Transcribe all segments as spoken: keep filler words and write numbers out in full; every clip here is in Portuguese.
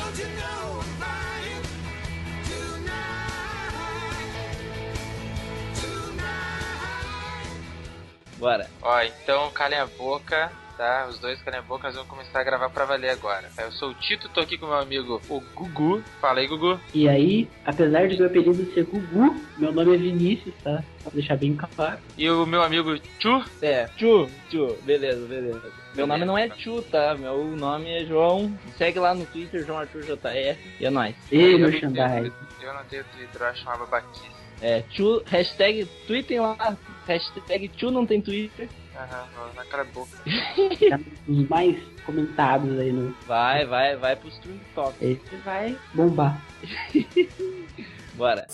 Bora. Ó, então calem a boca, tá? Os dois calem a boca, nós vamos começar a gravar pra valer agora. Eu sou o Tito, tô aqui com meu amigo, o Gugu. Fala aí, Gugu. E aí, apesar de meu apelido ser Gugu, meu nome é Vinícius, tá? Pra deixar bem claro. E o meu amigo Chu. É, Chu, Chu, beleza, beleza. Meu nome não é Chu, tá? Meu nome é João. Segue lá no Twitter, João Arthur J R. E é nóis. Ei, eu merchandise. Eu não tenho Twitter, eu acho uma babaquice. É, Chu, hashtag tweetem lá. Hashtag Chu não tem Twitter. Aham, uhum, na cara da boca. Tá os mais comentados aí no... Vai, vai, vai pros Trend Talks. Esse vai bombar. Bora.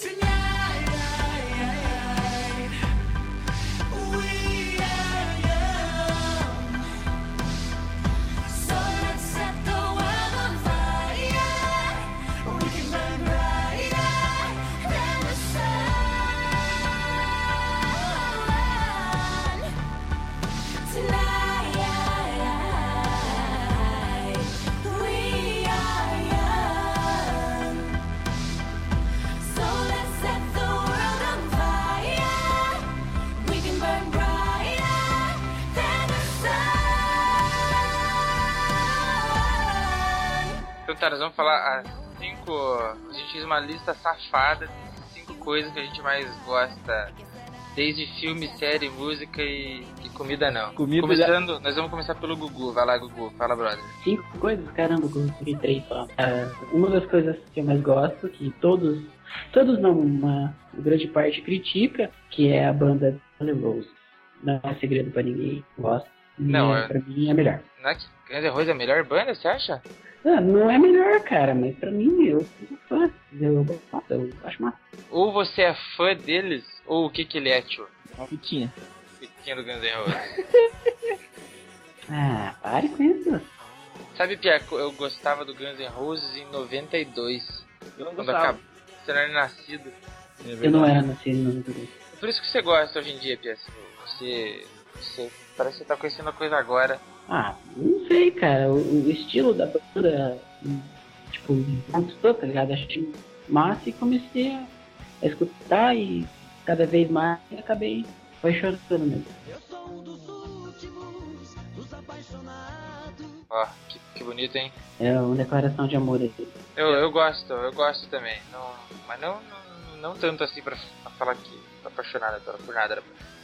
Então tá, nós vamos falar as cinco... A gente fez uma lista safada de cinco coisas que a gente mais gosta. Desde filme, série, música e, e comida não. Comida Começando, já... nós vamos começar pelo Gugu. Vai lá, Gugu. Fala, brother. Cinco coisas? Caramba, eu consegui três só. Uh, uma das coisas que eu mais gosto, que todos, todos não, uma grande parte critica, que é a banda Guns N' Roses. Não é segredo pra ninguém, gosto. Não, é, é... pra mim é melhor. Não é que Guns N' Roses é a melhor banda, você acha? Ah, não é melhor, cara, mas pra mim, eu sou fã. Eu, eu acho massa. Ou você é fã deles, ou o que que ele é, tio? Uma putinha. Putinha do Guns N' Roses. Ah, pare com isso. Sabe, Pia, eu gostava do Guns N' Roses em noventa e dois. Eu não Quando gostava. acabou. Você não era nascido. É eu não era nascido em noventa e dois. Por isso que você gosta hoje em dia, Pia. Você, você parece que você tá conhecendo a coisa agora. Ah, não sei, cara. O, o estilo da banda, tipo, me conquistou, tá ligado? Achei massa e comecei a, a escutar e cada vez mais acabei apaixonando mesmo. Eu sou um dos últimos, dos apaixonados. Ó, que, que bonito, hein? É uma declaração de amor aí. Eu, eu gosto, eu gosto também. Não, mas não, não, não tanto assim pra, pra falar que tô apaixonado por, por nada.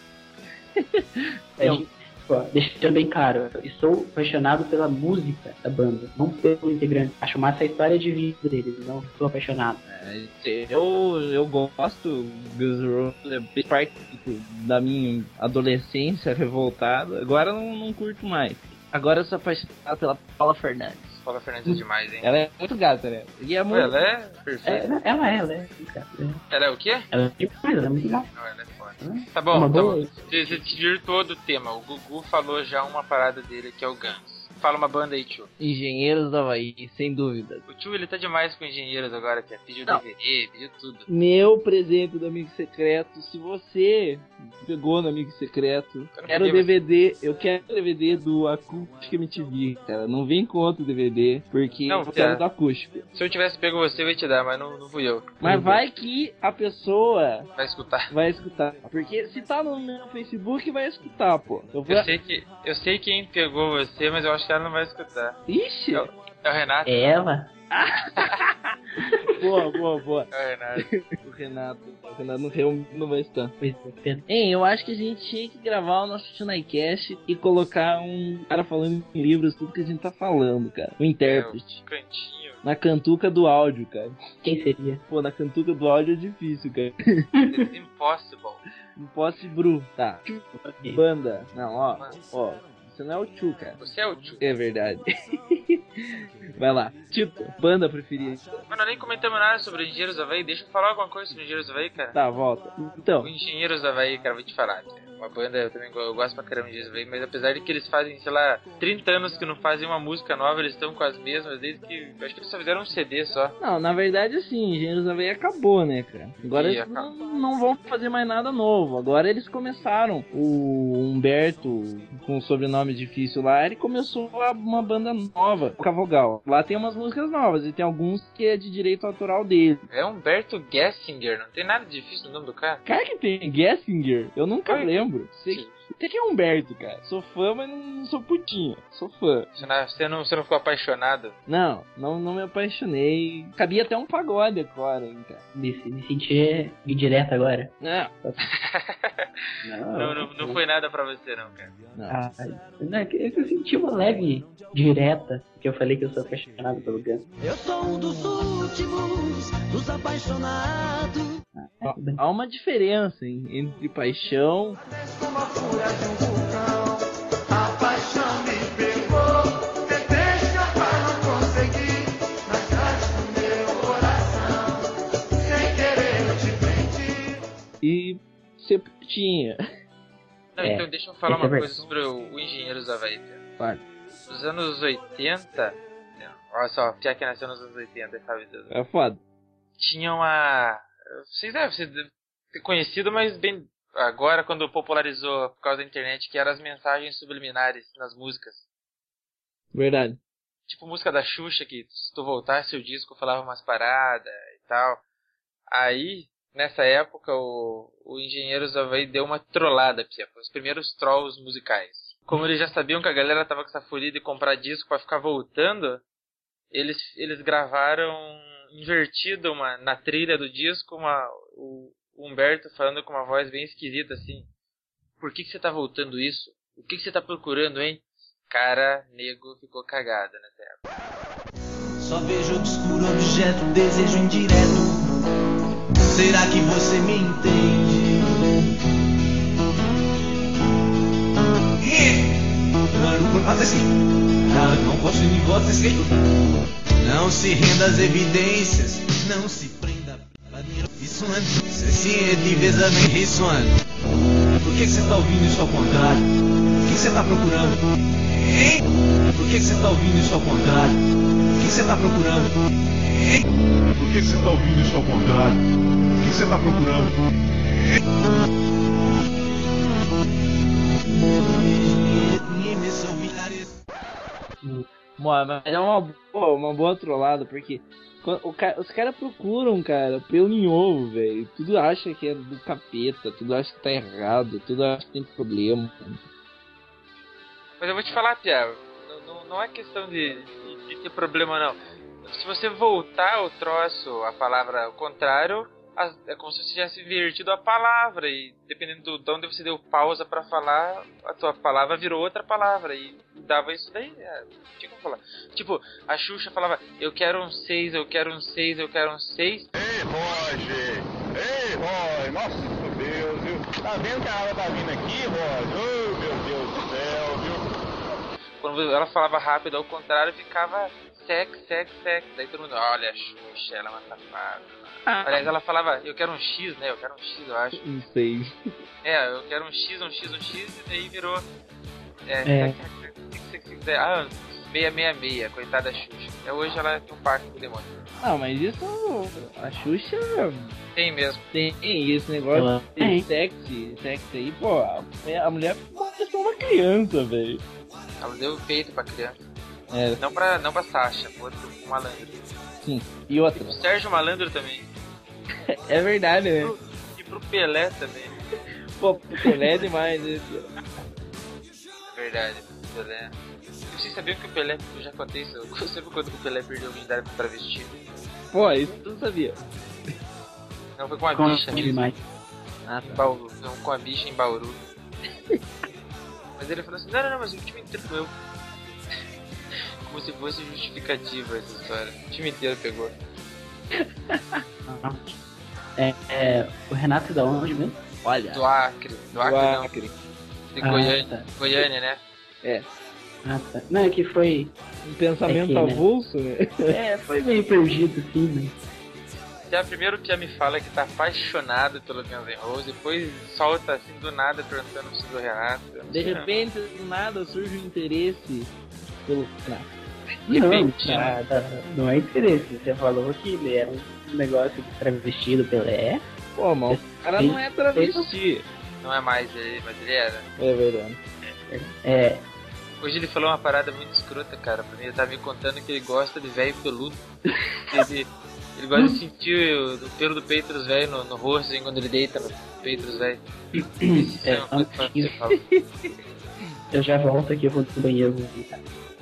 É, eu... Pô, deixando bem claro, eu sou apaixonado pela música da banda, não pelo integrante. Acho massa a história de vida deles, não sou apaixonado. É, eu, eu gosto, Guns N' Roses é parte tipo, da minha adolescência revoltada. Agora eu não, não curto mais. Agora eu sou apaixonado pela Paula Fernandes. Paula Fernandes é demais, hein? Ela é muito gata, né? E é muito... Ela é perfeita. É, ela, ela é, ela é. Ela é o quê? Ela é demais, ela é muito gata. Não, ela é foda. Tá bom, Uma tá boa. bom. Você, você desvirtuou do tema. O Gugu falou já uma parada dele, que é o Guns. Fala uma banda aí, tio. Engenheiros do Havaí, sem dúvida. O tio, ele tá demais com engenheiros agora, que pediu Não. D V D, pediu tudo. Meu presente do Amigo Secreto, se você pegou no Amigo Secreto, Eu não quero o peguei, D V D, eu quero o D V D do Acústico M T V, cara. Não vem com outro D V D, porque Não, eu quero é. do Acústico. Se eu tivesse pego você, eu ia te dar, mas não, não fui eu. Mas vai que a pessoa Vai escutar. vai escutar. Porque se tá no meu Facebook, vai escutar, pô. Eu vou... Eu sei, que, eu sei quem pegou você, mas eu acho que ela não vai escutar. Ixi! É o, é o Renato. É ela? Boa, boa, boa. É o Renato. O Renato, o Renato não, realmente não vai estar. Pois é, pena. Hein, eu acho que a gente tinha que gravar o nosso Tunaicast e colocar um cara falando em livros, tudo que a gente tá falando, cara. Um intérprete. É, o cantinho. Na cantuca do áudio, cara. Quem seria? Pô, na cantuca do áudio é difícil, cara. It's impossible. Impossible. Tá. Banda. Não, ó. Ó. Você não é o Tchu, cara. Você é o tio. É verdade. Vai lá. Tito, banda preferida. Mas nós nem comentamos nada sobre Engenheiros do Havaí. Deixa eu falar alguma coisa sobre Engenheiros do Havaí, cara. Tá, volta. Então, O Engenheiros do Havaí, cara, vou te falar. Cara. uma banda, eu também eu gosto pra caramba disso, véio, mas apesar de que eles fazem, sei lá, trinta anos que não fazem uma música nova, eles estão com as mesmas desde que, eu acho que eles só fizeram um C D só. Não, na verdade assim, Engenheiros do Havaí acabou, né, cara? Agora E eles acabou. não, não vão fazer mais nada novo. Agora eles começaram. O Humberto, com o sobrenome difícil lá, ele começou uma banda nova, o Cavogal. Lá tem umas músicas novas e tem alguns que é de direito autoral dele. É Humberto Gessinger, não tem nada difícil no nome do cara. Cara que tem Gessinger, eu nunca Oi. lembro. Sei Até que é Humberto, cara. Sou fã, mas não sou putinha. Sou fã. Você não, você não, você não ficou apaixonado? Não, não, não me apaixonei. Cabia até um pagode agora, hein, cara. Me, me senti direto agora. Não. Não, Não, não, não foi nada pra você não, cara. Não. Ah, não, é que é que eu senti uma leve direta, que eu falei que eu sou apaixonado pelo Guns. Eu sou um dos últimos, dos apaixonados. Há- Há uma diferença hein, entre paixão. Como a fúria de um vulcão, a paixão me pegou. Tentei escapar, não consegui. Mas grade no meu coração, sem querer eu te prendi. E ser putinha. Não, É, então deixa eu falar esse é uma coisa verdade. sobre o, o Engenheiros do Havaí. Fala. Nos anos oitenta, olha só, o Pia que nasceu nos anos oitenta, sabe? É foda. Tinha uma... Vocês devem vocês devem ter conhecido, mas bem agora, quando popularizou por causa da internet, que eram as mensagens subliminares nas músicas. Verdade. Tipo música da Xuxa, que se tu voltasse o disco falava umas paradas e tal. Aí, nessa época, o, o Engenheiros do Havaí deu uma trollada, Pia, os primeiros trolls musicais. Como eles já sabiam que a galera tava com essa folia de comprar disco pra ficar voltando, eles, eles gravaram invertido uma, na trilha do disco uma, o Humberto falando com uma voz bem esquisita assim. Por que, que você tá voltando isso? O que, que você tá procurando, hein? Cara, nego ficou cagada nessa época. Só vejo obscuro objeto, desejo indireto. Será que você me entende? Claro, por fazer assim. Claro, não posso ir embora desse jeito. Não se renda às evidências. Não se prenda a dinheiro. Isso é. Sim, é de vez a mim. Isso é. Por que você tá ouvindo isso ao contrário? O que você tá procurando? Hein? Por que você tá ouvindo isso ao contrário? O que você tá procurando? Hein? Por que você tá ouvindo isso ao contrário? O que você tá procurando? Mano, mas é uma boa, uma boa trollada, porque quando o ca- os caras procuram, cara, pelo em ovo, velho. Tudo acha que é do capeta, tudo acha que tá errado, tudo acha que tem problema. Mas eu vou te falar, Pia, não, não, não é questão de, de, de ter problema, não. Se você voltar o troço, a palavra ao contrário, as- é como se você tivesse invertido a palavra. E dependendo do, de onde você deu pausa pra falar, a tua palavra virou outra palavra. E dava isso daí. É, não tinha como falar. Tipo, a Xuxa falava, eu quero um seis, eu quero um seis, eu quero um seis. Ei, Roger! Ei, Roger! Nossa Deus, viu? Tá vendo que a água tá vindo aqui, Roger? Oh, meu Deus do céu, viu? Quando ela falava rápido, ao contrário, ficava sexo, sexo, sexo. Daí todo mundo, olha a Xuxa, ela é uma safada. Ah, Aliás, ela falava, eu quero um X, né? Eu quero um X, eu acho. não sei. É, eu quero um X, um X, um X, e daí virou. É, É. ah, seiscentos e sessenta e seis, coitada da Xuxa. Até hoje ela tem um pacto com o demônio. Ah, mas isso, a Xuxa Tem mesmo. tem esse negócio Ela de tem. sexy, sexy aí, pô, a, a mulher é uma criança, velho. Ela deu o peito pra criança. É, Não pra, não pra Sasha, pro outro pro Malandro. sim. E outra, O Sérgio Malandro também. é verdade, né? E pro Pelé também. Pô, Pelé é demais esse. Verdade, Pelé. Vocês sabiam que o Pelé, eu já contei isso, eu sempre quando o Pelé perdeu a humildade pro travesti. Pô, isso tu não sabia. Não, foi com a Com bicha mesmo. demais. Ah, Em tá. Bauru, não, com a bicha em Bauru. Mas ele falou assim, não, não, não, mas o time inteiro doeu. Como se fosse justificativa essa história. O time inteiro pegou. É, é, o Renato da onde mesmo? Olha, Do Acre. Do Acre do não, Acre. de Ah, Goiânia. tá. Goiânia, né? É, Ah, tá. Não, é que foi. um pensamento É que, né? avulso, né? É, foi meio perdido, assim, mas. Pia, primeiro o Pia me fala que tá apaixonado pelo Guns N' Roses, depois solta assim do nada perguntando do Renato. De repente, do nada, surge um interesse pelo Renato. Não, Repentino. cara, não é interesse. Você falou que ele era um negócio de travesti do Pelé. Pô, mas o cara não é travesti. Não é mais ele, mas ele era. É verdade. É, Hoje ele falou uma parada muito escrota, cara, pra mim. Ele tá me contando que ele gosta de velho peludo. Ele, ele gosta de sentir o, o pelo do peito dos velhos no, no rosto, assim, quando ele deita no peito dos velhos. Isso é uma coisa que você fala. eu já volto aqui, eu vou no banheiro. Vou visitar.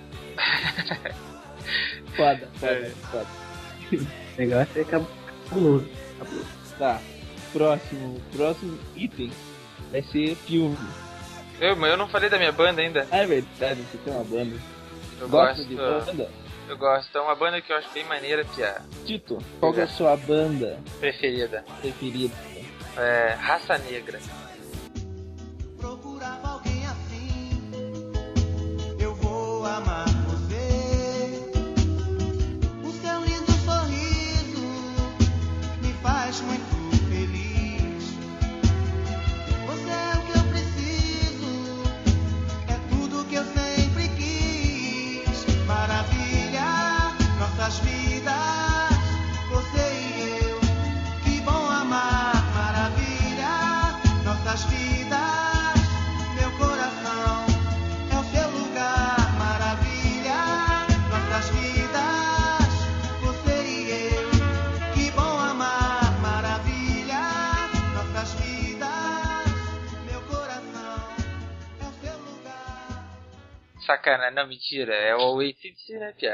Foda, foda, É. foda. O negócio é cabuloso. cabuloso. Tá, próximo, próximo item vai ser filme. Eu, mas eu não falei da minha banda ainda. Ah, é verdade, você tem uma banda. Eu Gosta gosto. de banda? Eu gosto. É uma banda que eu acho bem maneira, Pia. Tito, qual que é a sua banda Preferida. preferida? É Raça Negra. Procurava alguém assim. Eu vou amar você. O seu lindo sorriso me faz muito feliz. Você é o que eu preciso. É tudo que eu sempre quis. Maravilha, nossas vidas. Você e eu. Que bom amar. Maravilha, nossas vidas. Meu coração é o seu lugar. Maravilha, nossas vidas. Você e eu. Que bom amar. Maravilha, nossas vidas. Meu coração é o seu lugar. Sacanagem, não, mentira. É o A C D C, né, Pia?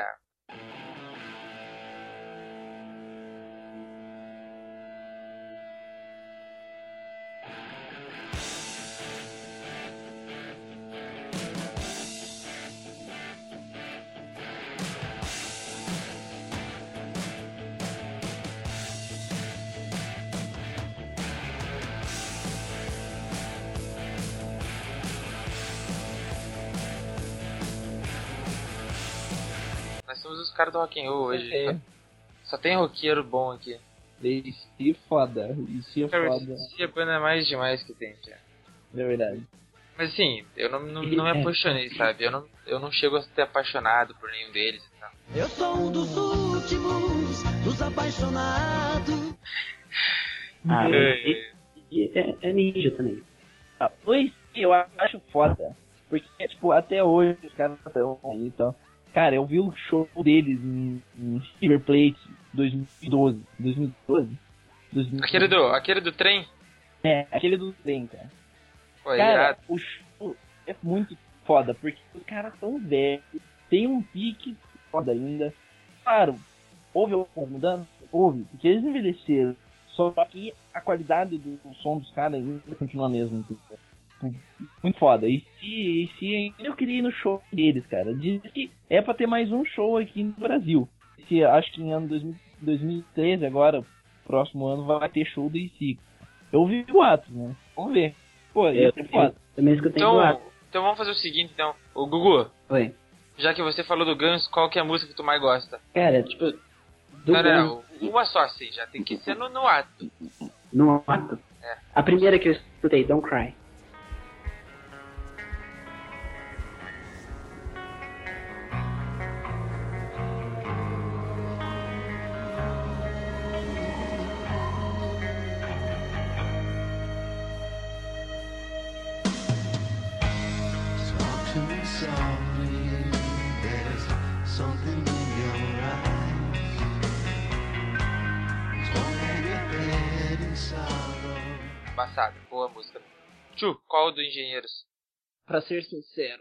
Nós somos os caras do rock and roll hoje. É, Só tem roqueiro bom aqui. esse foda, esse é Cara, foda, esse é a banda mais demais que tem, Pia. é verdade. Mas assim, eu não, não, não me É. apaixonei, sabe? Eu não, eu não chego a ser apaixonado por nenhum deles e tal. Eu sou um dos últimos, dos apaixonados. Ah, É. e- e é, é ninja também. Ah, pois eu acho foda. Porque, tipo, até hoje os caras estão aí e tal. Cara, eu vi o show deles em, em River Plate dois mil e doze. dois mil e doze? dois mil e doze. Aquele do, aquele do trem? É, aquele do trem, cara. Pô, Cara, irado. o show é muito foda, porque os caras são velhos, tem um pique foda ainda. Claro, houve algumas mudanças? Houve, porque eles envelheceram. Só que a qualidade do som dos caras ainda continua a mesma. Tipo, muito foda. E se, e se ainda eu queria ir no show deles, cara. Diz que é pra ter mais um show aqui no Brasil. Se, acho que em ano dois mil, dois mil e treze, agora, próximo ano, vai ter show do I C I. Eu ouvi boatos, né? Vamos ver. Pô, ia Eu, ser eu foda. também escutei Então, boato. então vamos fazer o seguinte, então. Ô, Gugu, Oi. já que você falou do Guns, qual que é a música que tu mais gosta? Cara, tipo, do Não, Guns, não, uma só assim, já tem que ser no, no ato. no ato. É. A primeira que eu escutei, Don't Cry. Talk to me softly, there's something in your eyes. Don't hang your head in sorrow. Passada, boa música. Tchu, qual do Engenheiros? Pra ser sincero.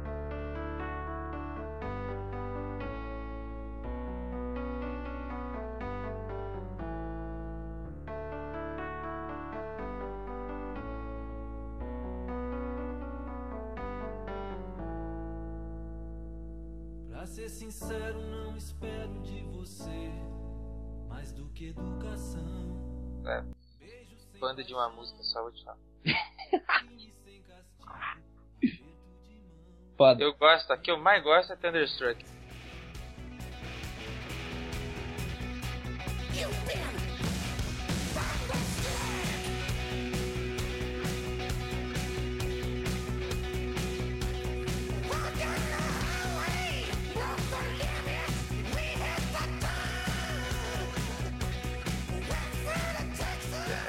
Pra ser sincero, não espero de você mais do que educação. É, banda de uma música só, vou te falar. Foda. Eu gosto, a que eu mais gosto é Thunderstruck. You better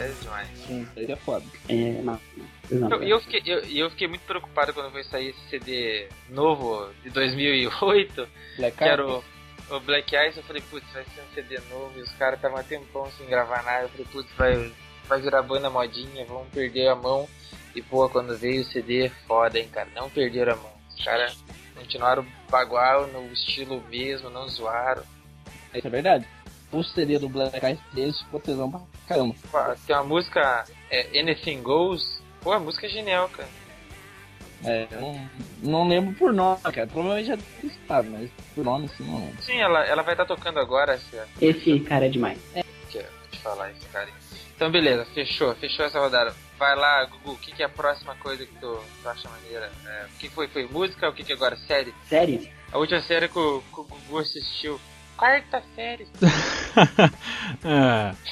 é demais. Sim, ele é foda. É, não. não Eu- E eu, fiquei, eu, e eu fiquei muito preocupado quando foi sair esse C D novo de dois mil e oito, Black que era Eyed o, o Black Eyes. Eu falei, putz, vai ser um C D novo, e os caras estavam há tempão sem gravar nada. Eu falei, putz, vai, vai virar banda modinha, vão perder a mão. E pô, quando veio o C D, foda, hein, cara, não perderam a mão. Os caras continuaram bagual no estilo mesmo, não zoaram. Isso é verdade. O C D do Black Eyed Peas ficou tesão pra caramba. Pô, tem uma música, é, Anything Goes. Pô, a música é genial, cara. É, eu não, não lembro por nome, cara. Provavelmente já deve estar, mas por nome sim não lembro. Sim, ela, ela vai estar tocando agora, essa, Esse cara é demais. que é, vou te falar esse cara aí. Então beleza, fechou, fechou essa rodada. Vai lá, Gugu, o que, que é a próxima coisa que tu, tu acha maneira? É, o que foi? Foi música? O que, que agora? Série? Sério? A última série que o, que o Gugu assistiu. Quarta série. É.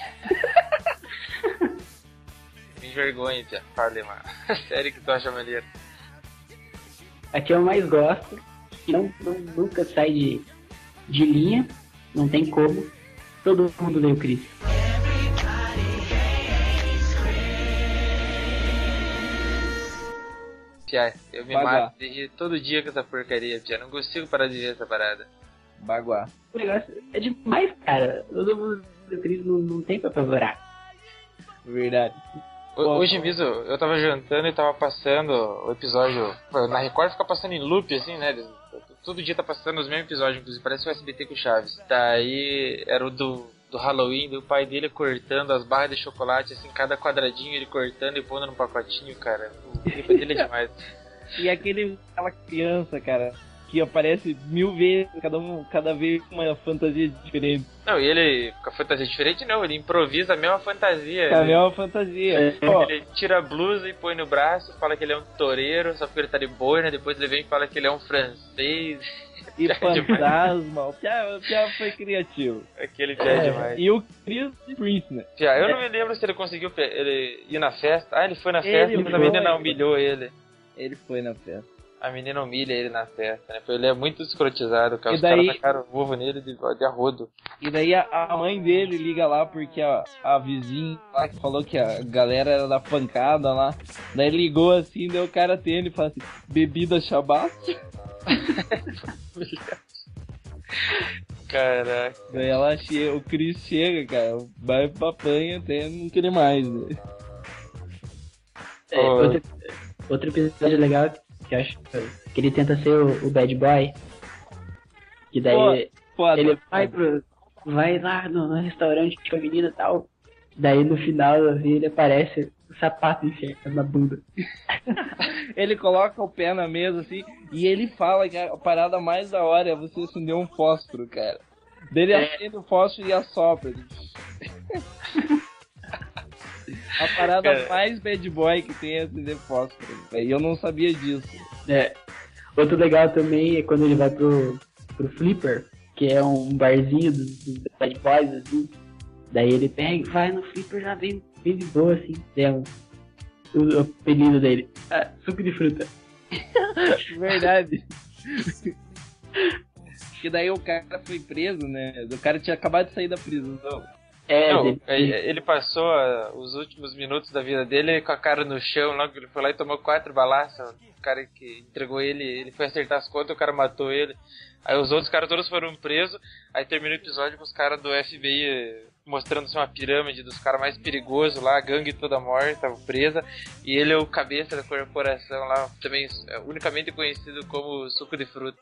Me envergonha, Pia. Fale, mano. A série que tu acha maneira. A que eu mais gosto, que não, não- nunca sai de, de linha, não tem como. Todo mundo lê o Chris. Pia, eu me Baguá. mato de rir todo dia com essa porcaria, Pia. Não consigo parar de ver essa parada. Baguá. O negócio é demais, cara. Todo mundo lê o Chris, não, não tem pra favorar. Verdade. Ho- Hoje mesmo eu tava jantando e tava passando o episódio. Pô, na Record fica passando em loop, assim, né? Eles- Todo dia tá passando os mesmos episódios, inclusive parece o S B T com Chaves. Daí era o do, do Halloween, do pai dele cortando as barras de chocolate, assim, cada quadradinho ele cortando e pondo no pacotinho, cara. O clipe dele é demais. E aquele, aquela criança, cara, que aparece mil vezes, cada, um, cada vez com uma fantasia diferente. Não, e ele, com a fantasia diferente, não, ele improvisa a mesma fantasia. É a Ele- mesma fantasia. Ó, Ele tira a blusa e põe no braço, fala que ele é um toureiro, só porque ele tá de boina, depois ele vem e fala que ele é um francês. e É demais. fantasma. O Pia, o Pia foi criativo. Aquele Pia é demais. E o Chris Prince, né? Pia, eu não me lembro se ele conseguiu pe- ele ir na festa. Ah, ele foi na Ele festa, mas a foi. menina humilhou ele. Ele foi na festa. A menina humilha ele na festa, né? Ele é muito escrotizado, cara. E Os daí- caras tacaram o ovo nele de, de arrodo. E daí a, a mãe dele liga lá porque a, a vizinha lá que falou que a galera era da pancada lá. Daí ligou assim, deu o cara tendo e falou assim, bebida chabaço. Caraca. Daí ela chega, o Chris chega, cara, vai pra panha até não querer mais, né? É, Oh. outro, outro episódio legal que eu acho que ele tenta ser o, o bad boy. Que daí Foda. ele vai pro. Vai lá no, no restaurante com a menina e tal. Daí no final assim, ele aparece o sapato enfiado na bunda. Ele coloca o pé na mesa assim e ele fala que a parada mais da hora é você acender um fósforo, cara. Daí ele É. acende o fósforo e assopra. A parada Cara. mais bad boy que tem é acender fósforo. E eu não sabia disso. É. Outro legal também é quando ele vai pro, pro Flipper, que é um barzinho dos, dos bad boys, assim. Daí ele pega, vai no Flipper, já vem, vem de boa, assim. É o, o, o apelido dele. Ah, suco de fruta. Verdade. Que daí o cara foi preso, né? O cara tinha acabado de sair da prisão. É, Não, ele, ele, ele passou ah, os últimos minutos da vida dele com a cara no chão, logo que ele foi lá e tomou quatro balaças. O cara que entregou ele, ele foi acertar as contas, o cara matou ele. Aí os outros caras todos foram presos. Aí termina o episódio com os caras do F B I eh, mostrando assim, uma pirâmide dos caras mais perigosos lá, a gangue toda morta, presa. E ele é o cabeça da corporação lá, também é, unicamente conhecido como suco de fruta.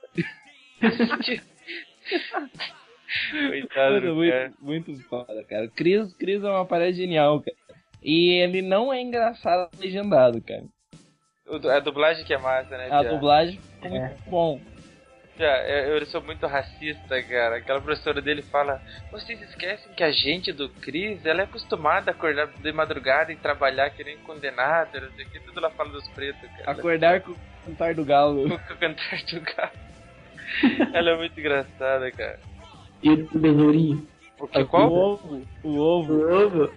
Coitado Mano, do cara. muito, muito foda, cara. O Chris, Chris é uma parada genial, cara. E ele não é engraçado legendado, cara. O du- A dublagem que é massa, né? A Pia? dublagem ficou É. muito bom. Já, eu, eu sou muito racista, cara. Aquela professora dele fala: vocês esquecem que a gente do Cris, ela é acostumada a acordar de madrugada e trabalhar que nem condenada, não sei o que. Tudo ela fala dos pretos, cara. Acordar com o cantar do galo. Com o cantar do gato. Ela é muito engraçada, cara. e o besourinho. O que, O qual? ovo. O O ovo. ovo.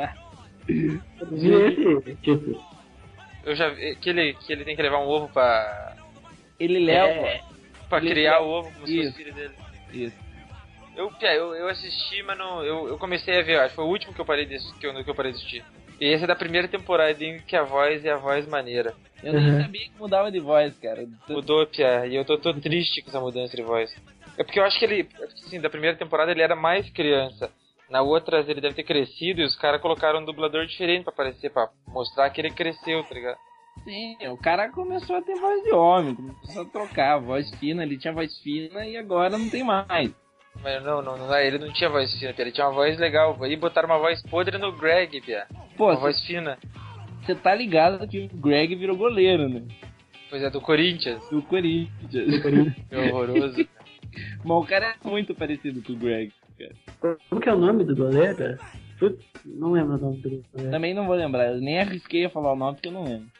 Viu esse? Tipo, Eu já vi que ele, que ele tem que levar um ovo pra, Ele leva. é, pra Ele criar leva- o ovo como se fosse Isso. filho dele. Isso. Eu, Pia, eu, eu assisti, mas não, eu, eu comecei a ver, acho que foi o último que eu parei de, que eu, que eu parei de assistir. E esse é da primeira temporada, em que a voz é a voz maneira. Eu nem Uhum. sabia que mudava de voz, cara. Mudou, Pia, e eu tô, tô triste com essa mudança de voz. É porque eu acho que ele, assim, da primeira temporada ele era mais criança. Na outra ele deve ter crescido e os caras colocaram um dublador diferente pra aparecer, pra mostrar que ele cresceu, tá ligado? Sim, o cara começou a ter voz de homem, começou a trocar a voz fina, ele tinha voz fina e agora não tem mais. Mas não, não, não, ele não tinha voz fina, Pia, ele tinha uma voz legal. Aí botaram uma voz podre no Greg, Pia. Pô, Uma voz fina. você tá ligado que o Greg virou goleiro, né? Pois é, do Corinthians. Do Corinthians. Que horroroso. Mas o cara é muito parecido com o Greg, cara. Como que é o nome do goleiro? Putz, não lembro o nome do goleiro. Também não vou lembrar, eu nem arrisquei a falar o nome porque eu não lembro.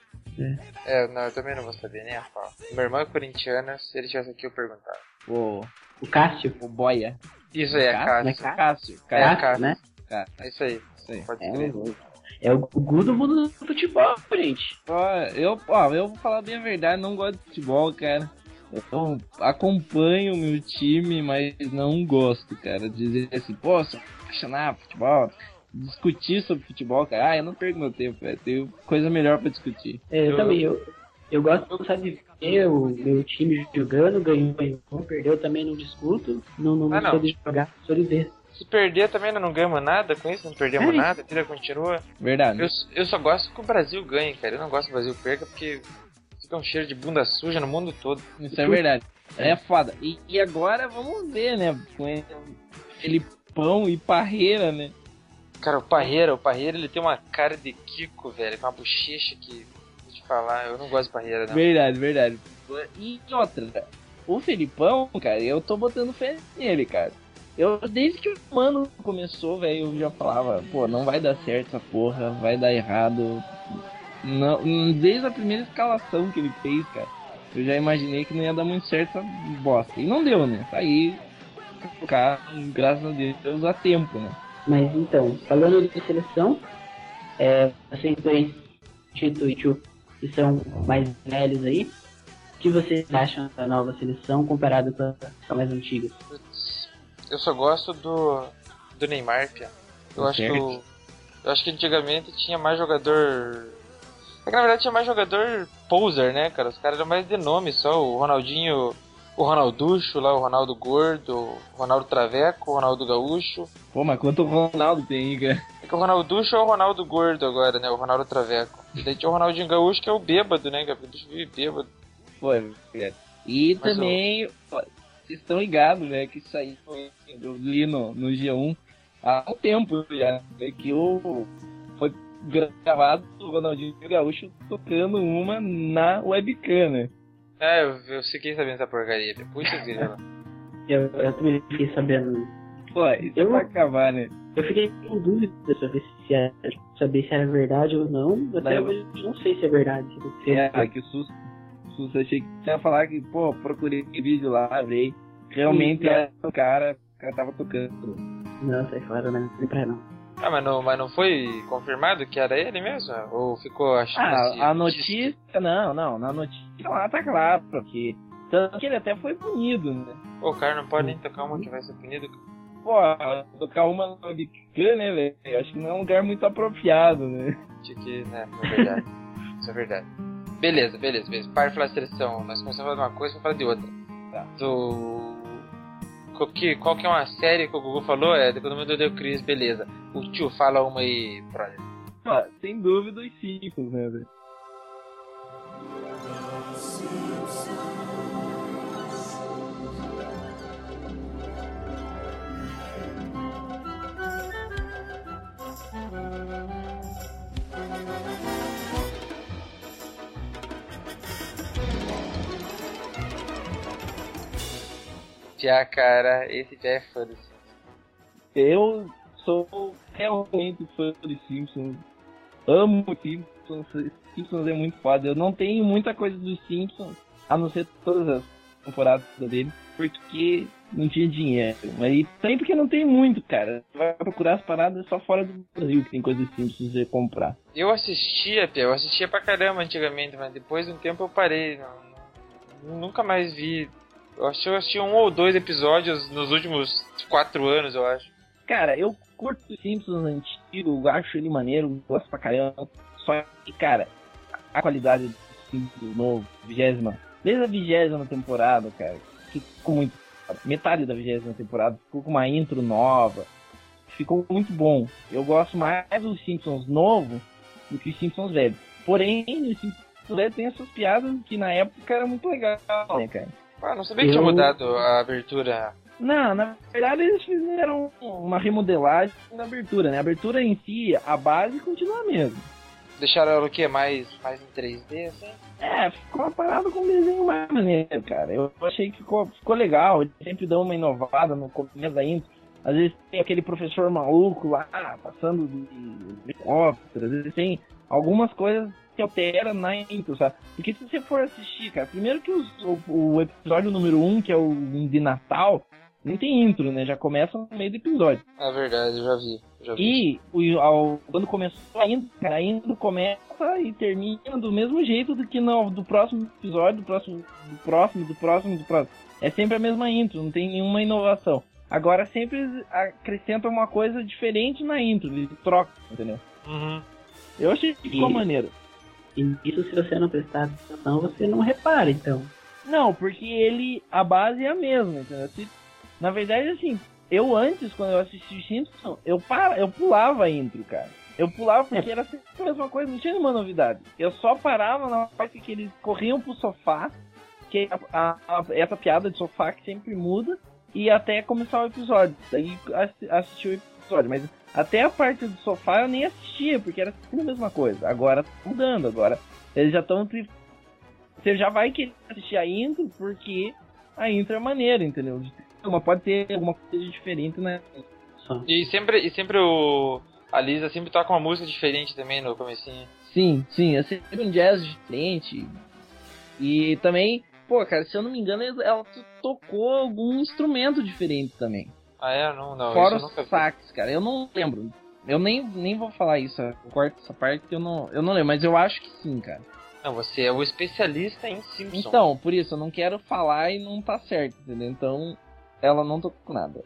É, não, eu também não vou saber nem a pau. Meu irmão é corintiano, se ele estivesse aqui eu perguntava. O, O Cássio? o Boia. Isso aí, é Cássio? Cássio. Cássio. É, Cássio. Cássio. né? Cássio. É isso aí, Isso aí. pode É crer. o, é o Gugu do mundo do futebol, gente. Ó, eu, ó, eu vou falar bem a verdade, não gosto de futebol, cara. Eu acompanho o meu time, mas não gosto, cara. Dizer assim, pô, sou apaixonado por futebol, discutir sobre futebol, cara, ah, eu não perco meu tempo, velho. Tenho coisa melhor pra discutir. É, eu, Eu- também, eu, eu gosto só de ver o meu time jogando, ganhou, ganhou, perdeu também, não discuto, não, não, Ah, não não. sou de jogar, sou de ver. Se perder também não ganhamos nada com isso, não perdemos É. nada, a vida continua. Verdade. Eu, eu só gosto que o Brasil ganhe, cara. Eu não gosto que o Brasil perca porque fica um cheiro de bunda suja no mundo todo. Isso é verdade. É foda. E, e agora vamos ver, né? Com ele, Felipão e Parreira, né? Cara, o Parreira, o Parreira ele tem uma cara de Kiko, velho, com uma bochecha que. Vou te falar, eu não gosto de Parreira, não. Verdade, verdade. E outra, o Felipão, cara, eu tô botando fé nele, cara. Eu, desde que o mano começou, velho, eu já falava, pô, não vai dar certo essa porra, vai dar errado. Não, desde a primeira escalação que ele fez, cara, eu já imaginei que não ia dar muito certo essa bosta. E não deu, né? Tá aí, o cara, graças a Deus, a tempo, né? Mas então, falando de seleção, é, vocês dois, Tito e Tio, que são mais velhos aí, o que vocês acham da nova seleção comparado com a seleção mais antiga? Putz, eu só gosto do. do Neymar, Pia. Eu Tá acho que certo. o, Eu acho que antigamente tinha mais jogador. É que na verdade tinha mais jogador poser, né, cara? Os caras eram mais de nome só. O Ronaldinho, o Ronalducho lá, o Ronaldo Gordo, o Ronaldo Traveco, o Ronaldo Gaúcho. Pô, mas quanto Ronaldo tem aí, cara? É que o Ronalducho é o Ronaldo Gordo agora, né? O Ronaldo Traveco. E daí tinha o Ronaldinho Gaúcho que é o bêbado, né, cara? Porque o bicho vive bêbado. Pô, é verdade. E Mas também, ó, vocês estão ligados, né, que isso aí foi- eu li no, no G um há um tempo já, né, que o, foi gravado o Ronaldinho Gaúcho tocando uma na webcam, né? É, eu, eu fiquei sabendo essa porcaria. Puxa vida. Eu, eu também fiquei sabendo. Pô, isso Eu- vai acabar, né? Eu fiquei com dúvida sobre se era, saber se era verdade ou não. Até Não. hoje eu não sei se é verdade. Se É, é que o susto, susto, achei que você ia falar que, pô, procurei vídeo lá, abri, realmente Sim, era o cara, o cara tava tocando. Não, sai fora, né? Não pra não. Ah, mas não, mas não foi confirmado que era ele mesmo? Ou ficou achando assim? Ah, a notícia, não, não, na notícia lá tá claro, porque tanto que ele até foi punido, né? Pô, o cara não pode nem tocar uma que vai ser punido. Pô, tocar uma no webcam, né, velho? Acho que não é um lugar muito apropriado, né? Tinha que, né, é verdade. Isso é verdade. Beleza, beleza, beleza. Para de falar de seleção. Nós começamos a falar de uma coisa, vamos falar de outra. Tá. Do... Qual que, qual que é uma série que o Gugu falou? É The Economia do Cris, beleza. O tio fala uma aí, brother. Pô, sem dúvida os Simpsons, né, velho? Pia, cara, esse Pia é fã desse. Eu sou realmente fã dos Simpsons. Amo os Simpsons. Simpsons é muito foda. Eu não tenho muita coisa dos Simpsons, a não ser todas as temporadas dele, porque não tinha dinheiro. Mas também porque não tem muito, cara. Você vai procurar as paradas só fora do Brasil que tem coisas dos Simpsons pra você comprar. Eu assistia, Pia, eu assistia pra caramba antigamente, mas depois de um tempo eu parei. Não, não- nunca mais vi. Eu acho que eu assisti um ou dois episódios nos últimos quatro anos, eu acho. Cara, eu curto os Simpsons antigo, acho ele maneiro, gosto pra caramba. Só que, cara, a qualidade do Simpsons novo, vigésima, desde a vigésima temporada, cara, que ficou muito. Metade da vigésima temporada ficou com uma intro nova. Ficou muito bom. Eu gosto mais dos Simpsons novo do que os Simpsons velhos. Porém, os Simpsons velhos tem essas piadas que na época era muito legal, né, cara? Ah, não sabia que tinha Eu- mudado a abertura. Não, na verdade eles fizeram uma remodelagem na abertura, né? A abertura em si, a base continua a mesma. Deixaram ela o quê? Mais, mais em três D, assim? É, ficou uma parada com um desenho mais maneiro, cara. Eu achei que ficou, ficou legal. Eles sempre dão uma inovada no começo da intro. Às vezes tem aquele professor maluco lá, passando de de helicóptero. Às vezes tem algumas coisas que alteram na intro, sabe? Porque se você for assistir, cara, primeiro que os- o, o episódio número um, que é o de Natal, nem tem intro, né? Já começa no meio do episódio. É verdade, eu já vi. Já vi. E o, ao, quando começou a intro, cara, a intro começa e termina do mesmo jeito do que no do próximo episódio, do próximo, do próximo, do próximo, do próximo. É sempre a mesma intro, não tem nenhuma inovação. Agora sempre acrescenta uma coisa diferente na intro, ele troca, entendeu? Uhum. Eu achei que ficou E- maneiro. E isso, se você não prestar atenção, você não repara, então. Não, porque ele, a base é a mesma, entendeu? Se, na verdade, assim, eu antes, quando eu assisti Simpsons, eu, para, eu pulava a intro, cara. Eu pulava porque era sempre a mesma coisa, não tinha nenhuma novidade. Eu só parava na parte que eles corriam pro sofá, que a, a, a- essa piada de sofá que sempre muda, e até começar o episódio. Daí assi- assisti o episódio, mas até a parte do sofá eu nem assistia, porque era sempre a mesma coisa. Agora tá mudando, agora eles já estão... Você já vai querer assistir a intro, porque a intro é maneira, entendeu? Mas pode ter alguma coisa diferente, né? Só. E sempre, e sempre o. A Lisa sempre toca uma música diferente também no comecinho. Sim, sim, é sempre um jazz diferente. E também, pô, cara, se eu não me engano, ela t- tocou algum instrumento diferente também. Ah, é? Não, não. Fora isso eu nunca os vi. sax, cara. Eu não lembro. Eu nem, nem vou falar isso, eu corto essa parte que eu não, eu não lembro, mas eu acho que sim, cara. Não, você é o especialista em Simpsons. Então, por isso, eu não quero falar e não tá certo, entendeu? Então, ela não tocou nada.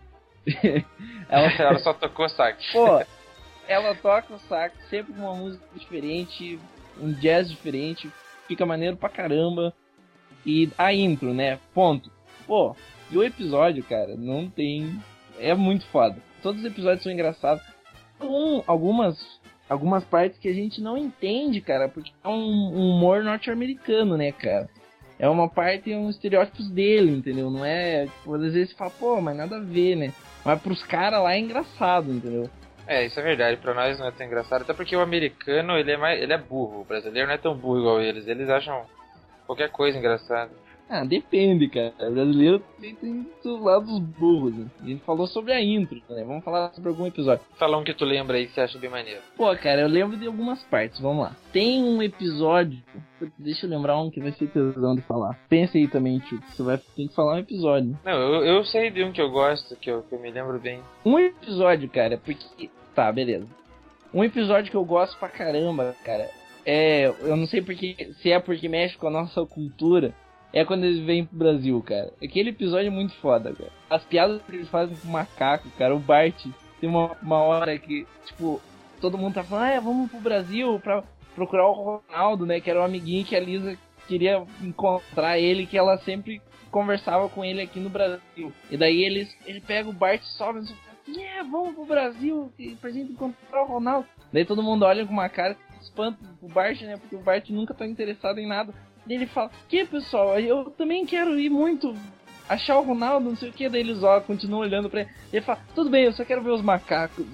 ela, Ela só tocou sax. pô, ela toca o sax sempre com uma música diferente, um jazz diferente, fica maneiro pra caramba. E a intro, né? Ponto. Pô, e o episódio, cara, não tem... É muito foda. Todos os episódios são engraçados. Algum, algumas, algumas partes que a gente não entende, cara, porque é um, um humor norte-americano, né, cara? É uma parte, um estereótipos dele, entendeu? Não é, tipo, às vezes você fala, pô, mas nada a ver, né? Mas pros caras lá é engraçado, entendeu? É, isso é verdade. Pra nós não é tão engraçado. Até porque o americano, ele é mais, ele é burro. O brasileiro não é tão burro igual eles. Eles acham qualquer coisa engraçada. Ah, depende, cara. O brasileiro tem, tem dos lados burros, né? A gente falou sobre a intro, né? Vamos falar sobre algum episódio. Fala um que tu lembra aí que você acha bem maneiro. Pô, cara, eu lembro de algumas partes, vamos lá. Tem um episódio... Putz, deixa eu lembrar um que vai ser tesão de falar. Pensa aí também, tio. Você vai ter que falar um episódio. Não, eu, eu sei de um que eu gosto, que eu, que eu me lembro bem. Um episódio, cara, porque... Tá, beleza. Um episódio que eu gosto pra caramba, cara, é... Eu não sei porque, se é porque mexe com a nossa cultura, é quando eles vêm pro Brasil, cara. Aquele episódio é muito foda, cara. As piadas que eles fazem com o macaco, cara, o Bart, tem uma, uma hora que, tipo, todo mundo tá falando, ah, vamos pro Brasil pra procurar o Ronaldo, né, que era um amiguinho que a Lisa queria encontrar ele, que ela sempre conversava com ele aqui no Brasil. E daí eles, ele pega o Bart, sobe e fala, yeah, vamos pro Brasil que- pra gente encontrar o Ronaldo. Daí todo mundo olha com uma cara de espanto pro Bart, né, porque o Bart nunca tá interessado em nada. Daí ele fala, que pessoal, eu também quero ir muito achar o Ronaldo, não sei o que. Daí eles ó, continuam olhando pra ele. Ele fala, tudo bem, eu só quero ver os macacos.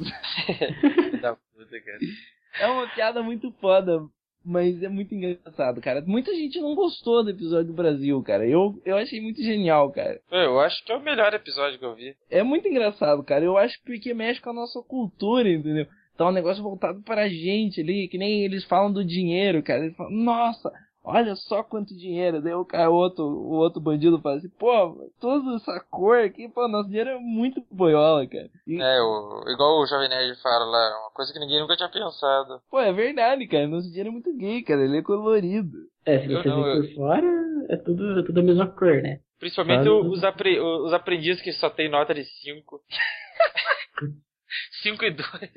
Da puta, cara. É uma piada muito foda, mas é muito engraçado, cara. Muita gente não gostou do episódio do Brasil, cara. Eu, eu achei muito genial, cara. Eu acho que é o melhor episódio que eu vi. É muito engraçado, cara. Eu acho porque mexe com a nossa cultura, entendeu? Então é um negócio voltado para a gente ali, que nem eles falam do dinheiro, cara. Eles falam, nossa, olha só quanto dinheiro. Daí o, cara, o, outro, o outro bandido fala assim, pô, toda essa cor aqui, pô, nosso dinheiro é muito boiola, cara. E, É, o, igual o Jovem Nerd fala lá, uma coisa que ninguém nunca tinha pensado. pô, é verdade, cara. Nosso dinheiro é muito gay, cara. Ele é colorido. É, se Eu você não, ver eu- por fora, é tudo, é tudo a mesma cor, né? Principalmente Claro. o- os, apre, os aprendizes que só tem nota de cinco. cinco e dois.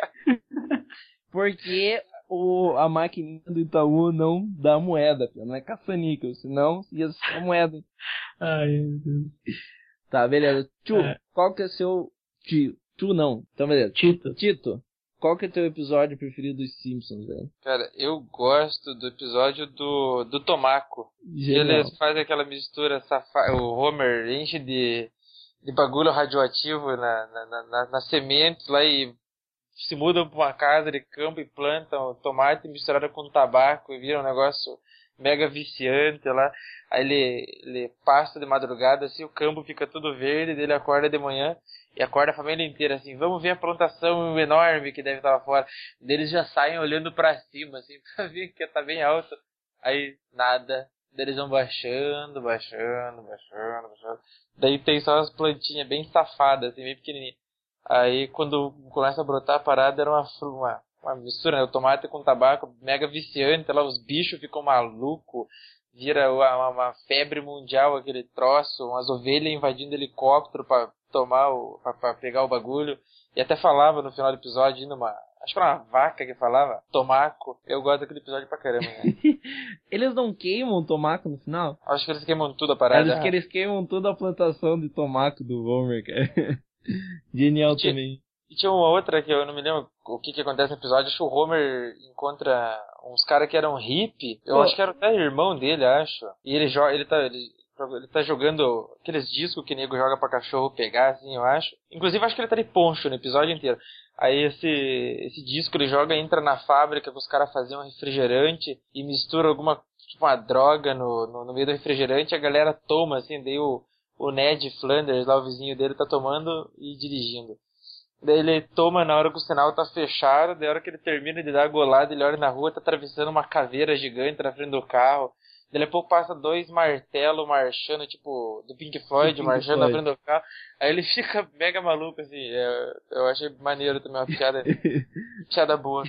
Porque o, a maquininha do Itaú não dá moeda, pia, não é caça-níquel, senão ia ser moeda. Ai, meu Deus. Tá, beleza. Tchu, É. qual que é seu... Tio, tu não. Então, beleza. Tito. Tito, qual que é teu episódio preferido dos Simpsons, velho? Cara, eu gosto do episódio do, do Tomaco. Genial. Eles fazem aquela mistura safada. O Homer enche de, de bagulho radioativo na, na, na, na, nas sementes lá e se mudam pra uma casa de campo e plantam tomate misturado com tabaco e vira um negócio mega viciante lá. Aí ele, ele passa de madrugada, assim, o campo fica tudo verde, daí ele acorda de manhã e acorda a família inteira, assim, vamos ver a plantação enorme que deve estar lá fora. Daí eles já saem olhando pra cima, assim, pra ver que tá bem alto. Aí, nada. Daí eles vão baixando, baixando, baixando, baixando. Daí tem só as plantinhas bem safadas, assim, bem pequenininhas. Aí, quando começa a brotar a parada, era uma, uma, uma mistura, né? O tomate com tabaco, mega viciante, lá os bichos ficam malucos, vira uma, uma febre mundial aquele troço, umas ovelhas invadindo helicóptero pra tomar o, pra, pra pegar o bagulho. E até falava no final do episódio, indo uma, acho que era uma vaca que falava, tomaco. Eu gosto daquele episódio pra caramba, né? Eles não queimam o tomaco no final? Acho que eles queimam tudo a parada. Eles que eles queimam toda a plantação de tomaco do Homer, cara. Genial Tinha- também. E tinha uma outra que eu não me lembro o que que acontece no episódio. Acho que o Homer encontra uns caras que eram hippie. Eu Pô. acho que era até irmão dele, acho. E ele joga, ele tá, ele, ele tá jogando aqueles discos que o nego joga pra cachorro pegar, assim, eu acho. Inclusive, acho que ele tá de poncho no episódio inteiro. Aí esse, esse disco ele joga, entra na fábrica que os caras faziam refrigerante e mistura alguma, tipo, uma droga no, no, no meio do refrigerante. A galera toma, assim, daí o, o Ned Flanders, lá o vizinho dele, tá tomando e dirigindo. Daí ele toma na hora que o sinal tá fechado, daí a hora que ele termina de dar a golada, ele olha na rua, tá atravessando uma caveira gigante na frente do carro. Daí daqui a pouco passa dois martelos marchando, tipo, do Pink Floyd, Pink marchando Floyd. na frente do carro. Aí ele fica mega maluco, assim. É, eu achei maneiro também, uma piada, piada boa.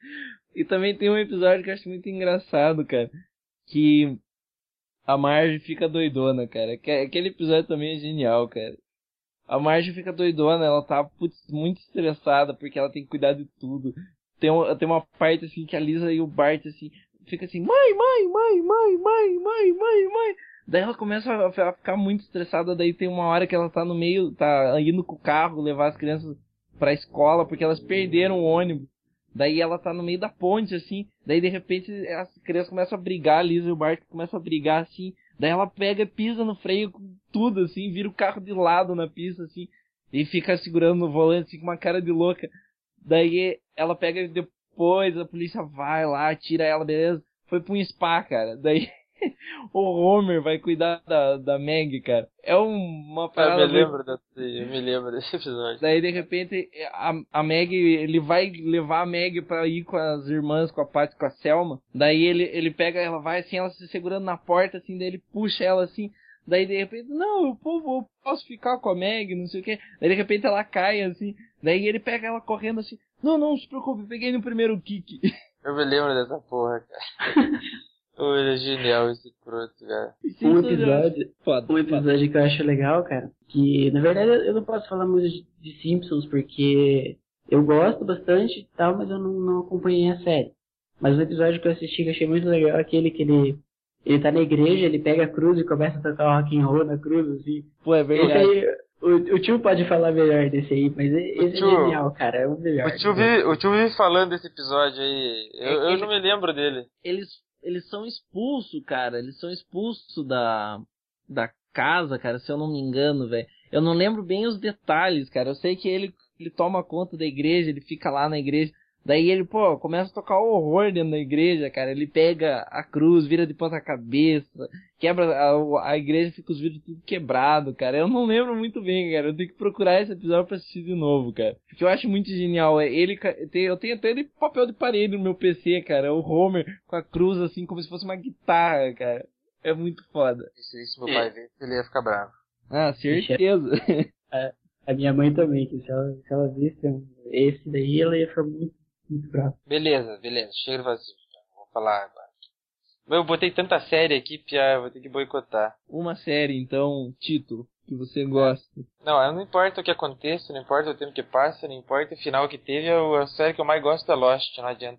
E também tem um episódio que eu acho muito engraçado, cara. Que a Marge fica doidona, cara. Que- Aquele episódio também é genial, cara. A Marge fica doidona, ela tá putz, muito estressada porque ela tem que cuidar de tudo. Tem, um, tem uma parte assim que a Lisa e o Bart assim, fica assim, mãe, mãe, mãe, mãe, mãe, mãe, mãe, mãe. Daí ela começa a, a ficar muito estressada, daí tem uma hora que ela tá no meio, tá indo com o carro levar as crianças pra escola porque elas perderam o ônibus. Daí ela tá no meio da ponte, assim, daí de repente as crianças começam a brigar, a Lisa e o Bart começam a brigar, assim, daí ela pega, pisa no freio com tudo, assim, vira o carro de lado na pista, assim, e fica segurando no volante, assim, com uma cara de louca. Daí ela pega e depois a polícia vai lá, tira ela, beleza, foi pra um spa, cara. Daí o Homer vai cuidar da, da Meg, cara. É uma Eu parada me muito- lembro desse, eu me lembro desse episódio. Daí, de repente, a, a Meg, ele vai levar a Meg pra ir com as irmãs, com a Paty, com a Selma. Daí ele, ele pega ela, vai assim, ela se segurando na porta, assim, daí ele puxa ela assim. Daí, de repente, não, eu, pô, eu posso ficar com a Meg, não sei o que. Daí, de repente, ela cai, assim. Daí ele pega ela correndo assim, não, não, se preocupe, eu peguei no primeiro kick. Eu me lembro dessa porra, cara. Ô, ele é genial esse fruto, cara. Um episódio, Foda, um episódio que eu acho legal, cara, que na verdade eu não posso falar muito de, de Simpsons porque eu gosto bastante e tal, mas eu não, não acompanhei a série. Mas o episódio que eu assisti que eu achei muito legal é aquele que ele, ele tá na igreja, ele pega a cruz e começa a tocar rock and roll na cruz, assim. Pô, é Esse verdade. aí, o, o tio pode falar melhor desse aí, mas esse tio- é genial, cara, é o melhor. O tio, vive, o tio vive falando desse episódio aí. Eu, É que eu ele- não me lembro dele. Eles, eles são expulsos, cara. Eles são expulsos da, da casa, cara, se eu não me engano, velho. Eu não lembro bem os detalhes, cara. Eu sei que ele, ele toma conta da igreja, ele fica lá na igreja. Daí ele, pô, começa a tocar horror dentro da igreja, cara. Ele pega a cruz, vira de ponta cabeça, quebra a, a igreja, fica os vidros tudo quebrado, cara. Eu não lembro muito bem, cara. Eu tenho que procurar esse episódio pra assistir de novo, cara. Porque eu acho muito genial. É ele, ca- tem- eu tenho até ele papel de parede no meu P C, cara. O Homer com a cruz assim, como se fosse uma guitarra, cara. É muito foda. Isso, isso meu pai vê, ele ia ficar bravo. Ah, certeza. A minha mãe também, que se ela, se ela visse esse daí, ela ia ficar muito, muito brava. Beleza, beleza. Chega vazio. Vou falar agora. Eu botei tanta série aqui, Pia, vou ter que boicotar. Uma série, então, título. que você gosta. Não, não importa o que aconteça, não importa o tempo que passa, não importa o final que teve, a série que eu mais gosto é Lost, não adianta.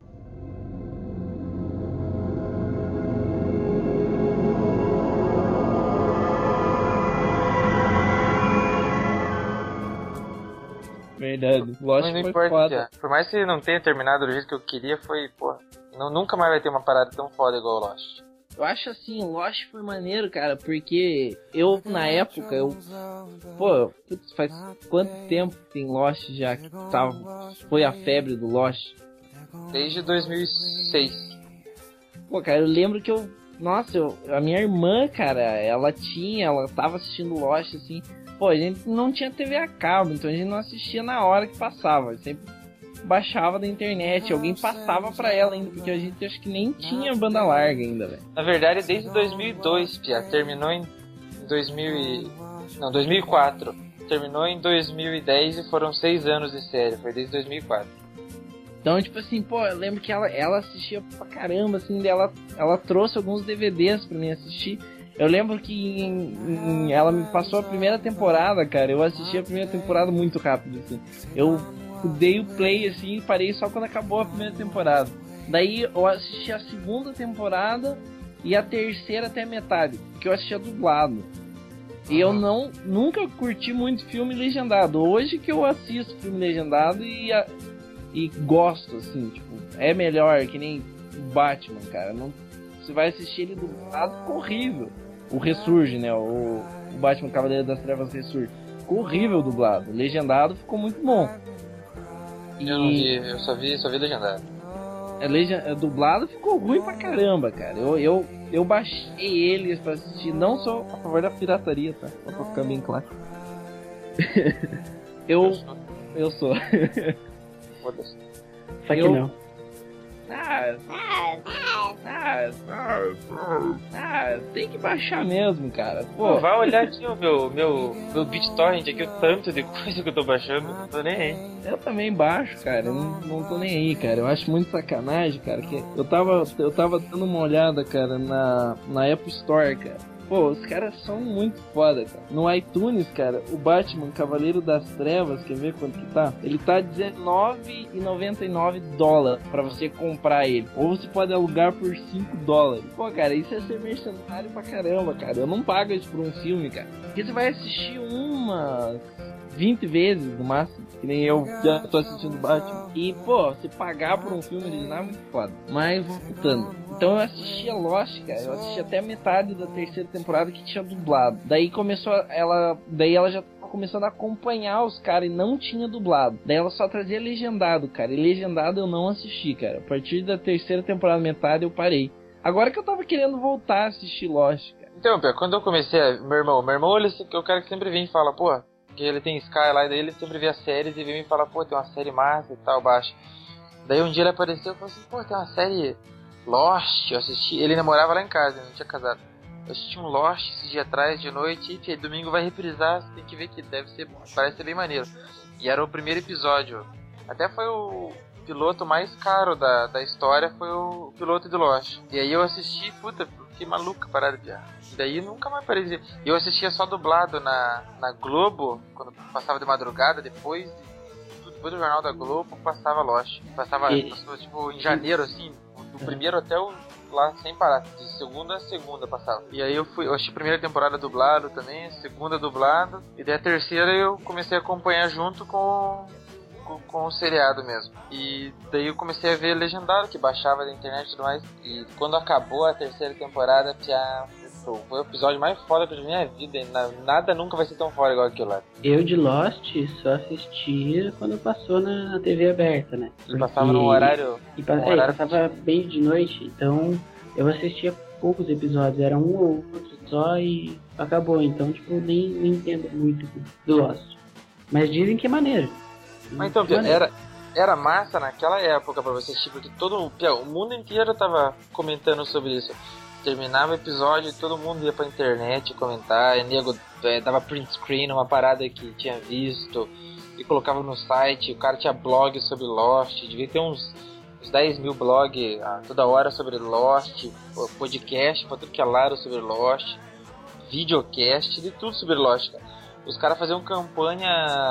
Verdade, Lost Mas não foi importa, foda. por mais que não tenha terminado do jeito que eu queria, foi, pô, não, nunca mais vai ter uma parada tão foda igual Lost. Eu acho assim, Lost foi maneiro, cara, porque eu, na época, eu... Pô, putz, faz quanto tempo tem Lost já que tava, foi a febre do Lost? Desde dois mil e seis. Pô, cara, eu lembro que eu... Nossa, eu, a minha irmã, cara, ela tinha, ela tava assistindo Lost, assim... Pô, a gente não tinha T V a cabo, então a gente não assistia na hora que passava. Sempre baixava da internet, alguém passava pra ela ainda, porque a gente acho que nem tinha banda larga ainda, velho. Na verdade, desde dois mil e dois, Pia. Terminou em dois mil e... Não, dois mil e quatro. Terminou em dois mil e dez e foram seis anos de série. Foi desde dois mil e quatro. Então, tipo assim, pô, eu lembro que ela, ela assistia pra caramba, assim, dela, ela trouxe alguns D V Ds pra mim assistir. Eu lembro que em, em, ela me passou a primeira temporada, cara. Eu assisti a primeira temporada muito rápido, assim. Eu dei o play, assim, e parei só quando acabou a primeira temporada. Daí eu assisti a segunda temporada e a terceira até a metade, porque eu assistia dublado. E eu não, nunca curti muito filme legendado. Hoje que eu assisto filme legendado e, a, e gosto, assim, tipo, é melhor, que nem Batman, cara. Não, você vai assistir ele dublado, ficou horrível. O Ressurge, né? O, o Batman Cavaleiro das Trevas Ressurge. Ficou horrível dublado. Legendado ficou muito bom. E Eu não vi, eu só vi, só vi legendado. É, legend... dublado ficou ruim pra caramba, cara. Eu, eu, eu baixei eles pra assistir. Não sou a favor da pirataria, tá? Só pra ficar bem claro. eu, eu sou. Foda-se. Só que Eu- não. Ah, ah, ah, ah, ah, tem que baixar mesmo, cara. Pô, Pô, vai olhar aqui o meu, meu, meu BitTorrent aqui, o tanto de coisa que eu tô baixando. Não tô nem aí. eu também baixo, cara. Eu não, não tô nem aí, cara. Eu acho muito sacanagem, cara. Que eu tava, eu tava dando uma olhada, cara, na, na Apple Store, cara. Pô, os caras são muito foda, cara. No iTunes, cara, o Batman Cavaleiro das Trevas, quer ver quanto que tá? Ele tá dezenove reais e noventa e nove dólares pra você comprar ele. Ou você pode alugar por cinco dólares. Pô, cara, isso é ser mercenário pra caramba, cara. Eu não pago isso por um filme, cara. Porque você vai assistir umas vinte vezes no máximo. Que nem eu já tô assistindo Batman. E, pô, você pagar por um filme original é muito foda. Mas, voltando. Então eu assistia Lost, cara. Eu assisti até a metade da terceira temporada que tinha dublado. Daí começou ela. Daí ela já tava começando a acompanhar os caras e não tinha dublado. Daí ela só trazia legendado, cara. E legendado eu não assisti, cara. A partir da terceira temporada, metade, eu parei. Agora que eu tava querendo voltar a assistir Lost, cara. Então, Pia, quando eu comecei, a... meu irmão, meu irmão, ele é o cara que sempre vem e fala, pô, que ele tem Sky lá, e daí ele sempre vê as séries e vem me fala, pô, tem uma série massa e tal, baixa. Daí um dia ele apareceu e falou assim, pô, tem uma série Lost, eu assisti, ele namorava lá em casa, não tinha casado. Eu assisti um Lost esse dia atrás, de noite, e domingo vai reprisar, você tem que ver que deve ser, parece ser bem maneiro. E era o primeiro episódio, até foi o piloto mais caro da, da história, foi o piloto de Lost. E aí eu assisti, puta, que maluca parada de ar. E daí nunca mais aparecia. Eu assistia só dublado na, na Globo, quando passava de madrugada, depois, depois do Jornal da Globo, passava Lost. Passava, E... passava tipo, em janeiro, assim, do primeiro até o lá sem parar, de segunda a segunda passava. E aí eu fui, eu assisti a primeira temporada dublado também, segunda dublado, e daí a terceira eu comecei a acompanhar junto com, com, com o seriado mesmo. E daí eu comecei a ver legendado, que baixava da internet e tudo mais. E quando acabou a terceira temporada, já foi o episódio mais foda que eu vi na minha vida. E nada nunca vai ser tão foda igual aquilo lá. Eu de Lost só assistia quando passou na T V aberta, né? E passava num horário. E pa- num é, horário passava bem de noite, então eu assistia poucos episódios, era um ou outro só e acabou. Então, tipo, nem, nem entendo muito do Lost. Mas dizem que é maneiro. Mas então, Que maneiro. era, era massa naquela época pra você assistir, porque todo o mundo inteiro tava comentando sobre isso. Terminava o episódio e todo mundo ia pra internet comentar, e nego é, dava print screen, uma parada que tinha visto, e colocava no site, o cara tinha blog sobre Lost, devia ter uns, uns dez mil blogs ah, toda hora sobre Lost, podcast pra tudo que é lado sobre Lost, videocast, de tudo sobre Lost, cara. os caras faziam campanha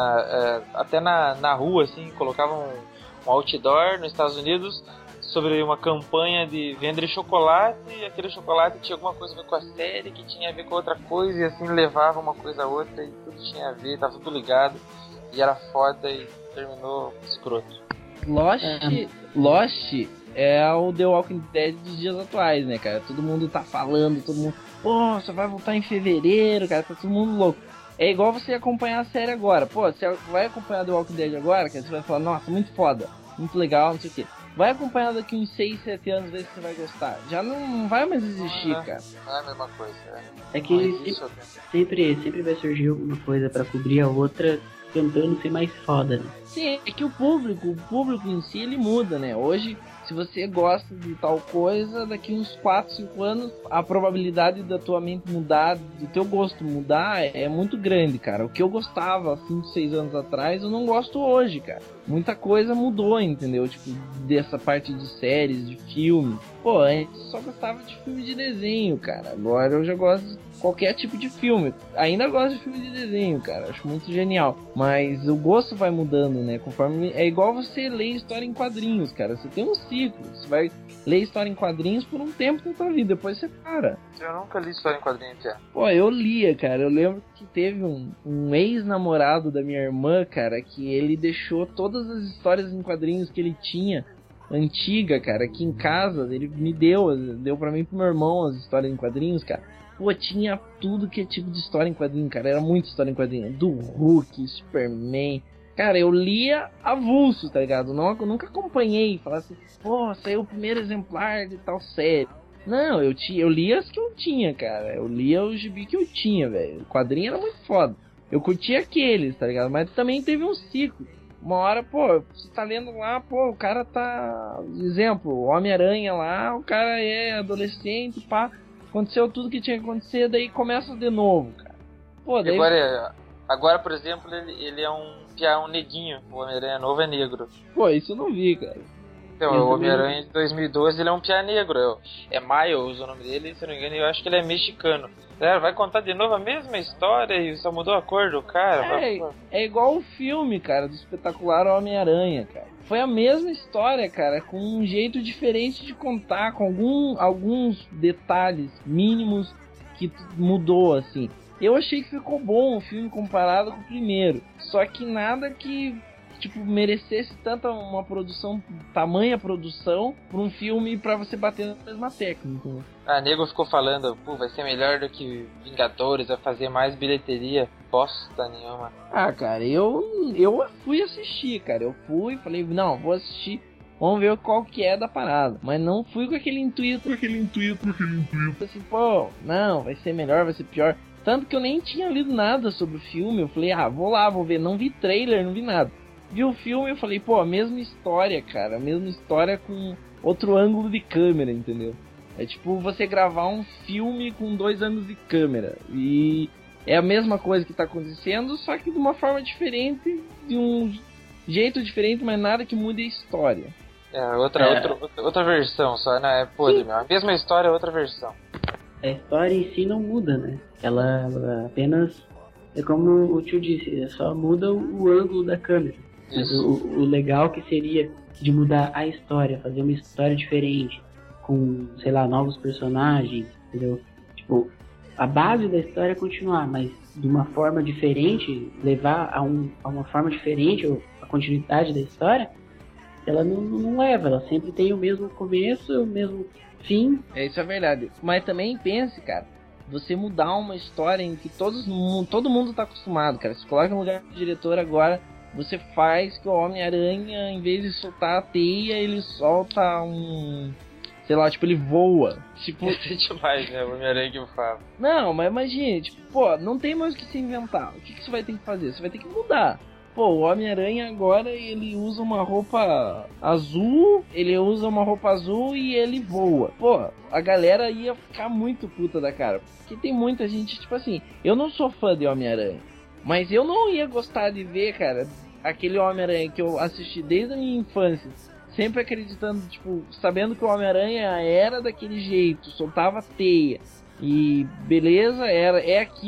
é, até na, na rua, assim, colocavam um, um outdoor nos Estados Unidos sobre uma campanha de venda de chocolate, e aquele chocolate tinha alguma coisa a ver com a série, que tinha a ver com outra coisa, e assim levava uma coisa a outra, e tudo tinha a ver, tava tudo ligado, e era foda, e terminou escroto. Lost, é. Lost é o The Walking Dead dos dias atuais, né, cara? Todo mundo tá falando, todo mundo, pô, você vai voltar em fevereiro, cara, tá todo mundo louco. É igual você acompanhar a série agora, pô, você vai acompanhar The Walking Dead agora, cara, você vai falar, nossa, muito foda, muito legal, não sei o quê. Vai acompanhar daqui uns seis, sete anos, ver se você vai gostar. Já não vai mais existir, não é, cara. Não é a mesma coisa. É, é que sempre, sempre, sempre vai surgir alguma coisa pra cobrir a outra, tentando ser mais foda, né? Sim, é que o público, o público em si, ele muda, né? Hoje, se você gosta de tal coisa, daqui uns quatro, cinco anos, a probabilidade da tua mente mudar, do teu gosto mudar, é muito grande, cara. O que eu gostava cinco, seis anos atrás, eu não gosto hoje, cara. Muita coisa mudou, entendeu? Tipo, dessa parte de séries, de filme. Pô, antes só gostava de filme de desenho, cara. Agora eu já gosto de qualquer tipo de filme. Ainda gosto de filme de desenho, cara. Acho muito genial. Mas o gosto vai mudando, né? Conforme... É igual você ler história em quadrinhos, cara. Você tem um ciclo. Você vai ler história em quadrinhos por um tempo na tua vida. Depois você para. Eu nunca li história em quadrinhos, já. Pô, eu lia, cara. Eu lembro que teve um, um ex-namorado da minha irmã, cara, que ele deixou todas as histórias em quadrinhos que ele tinha, antiga, cara, aqui em casa. Ele me deu, deu pra mim e pro meu irmão as histórias em quadrinhos, cara. Pô, tinha tudo que é tipo de história em quadrinho, cara. Era muita história em quadrinho. Do Hulk, Superman. Cara, eu lia avulso, tá ligado? Não, eu nunca acompanhei. Falar assim, pô, saiu o primeiro exemplar de tal série. Não, eu, tinha, eu lia as que eu tinha, cara. Eu lia o gibi que eu tinha, velho. O quadrinho era muito foda. Eu curtia aqueles, tá ligado? Mas também teve um ciclo. Uma hora, pô, você tá lendo lá, pô, o cara tá... Exemplo, o Homem-Aranha lá, o cara é adolescente, pá. Aconteceu tudo que tinha que acontecer, daí começa de novo, cara. Pô, daí... Agora, agora, por exemplo, ele, ele é um, é um neguinho. O Homem-Aranha novo é negro. Pô, isso eu não vi, cara. Então, o Homem-Aranha de dois mil e doze, ele é um piá negro. É Miles o nome dele, se não me engano, eu acho que ele é mexicano. É, vai contar de novo a mesma história e só mudou a cor do cara. É, é igual o filme, cara, do espetacular Homem-Aranha, cara. Foi a mesma história, cara, com um jeito diferente de contar, com algum, alguns detalhes mínimos que mudou, assim. Eu achei que ficou bom o filme comparado com o primeiro. Só que nada que... tipo, merecesse tanta uma produção, tamanha produção, pra um filme pra você bater na mesma técnica. Ah, nego ficou falando, pô, vai ser melhor do que Vingadores, vai fazer mais bilheteria. Bosta nenhuma. Ah, cara, eu, eu fui assistir, cara. Eu fui, falei, não, vou assistir, vamos ver qual que é da parada. Mas não fui com aquele intuito, com aquele intuito, com aquele intuito. Assim, pô, não, vai ser melhor, vai ser pior. Tanto que eu nem tinha lido nada sobre o filme. Eu falei, ah, vou lá, vou ver. Não vi trailer, não vi nada. Vi o filme e eu falei, pô, a mesma história, cara. A mesma história com outro ângulo de câmera, entendeu? É tipo você gravar um filme com dois ângulos de câmera. E é a mesma coisa que tá acontecendo, só que de uma forma diferente, de um jeito diferente, mas nada que mude a história. É, outra, é. outra, outra versão só, né? É podre, meu. A mesma história, outra versão. A história em si não muda, né? Ela, ela apenas, é como o tio disse, só muda o, o ângulo da câmera. Mas o, o legal que seria de mudar a história, fazer uma história diferente, com, sei lá, novos personagens, entendeu? Tipo, a base da história é continuar, mas de uma forma diferente, levar a, um, a uma forma diferente a continuidade da história, ela não, não leva, ela sempre tem o mesmo começo, o mesmo fim. É, isso é verdade. Mas também pense, cara, você mudar uma história em que todos, todo mundo tá acostumado, cara. Se coloca no lugar do diretor agora, você faz que o Homem-Aranha, em vez de soltar a teia, ele solta um... sei lá, tipo, ele voa. Tipo... é demais, né? O Homem-Aranha que eu falo. Não, mas imagine, tipo, pô, não tem mais o que se inventar. O que, que você vai ter que fazer? Você vai ter que mudar. Pô, o Homem-Aranha agora, ele usa uma roupa azul, ele usa uma roupa azul e ele voa. Pô, a galera ia ficar muito puta da cara. Porque tem muita gente, tipo assim, eu não sou fã de Homem-Aranha, mas eu não ia gostar de ver, cara, aquele Homem-Aranha que eu assisti desde a minha infância, sempre acreditando, tipo, sabendo que o Homem-Aranha era daquele jeito, soltava teia, e beleza, era, é aquilo.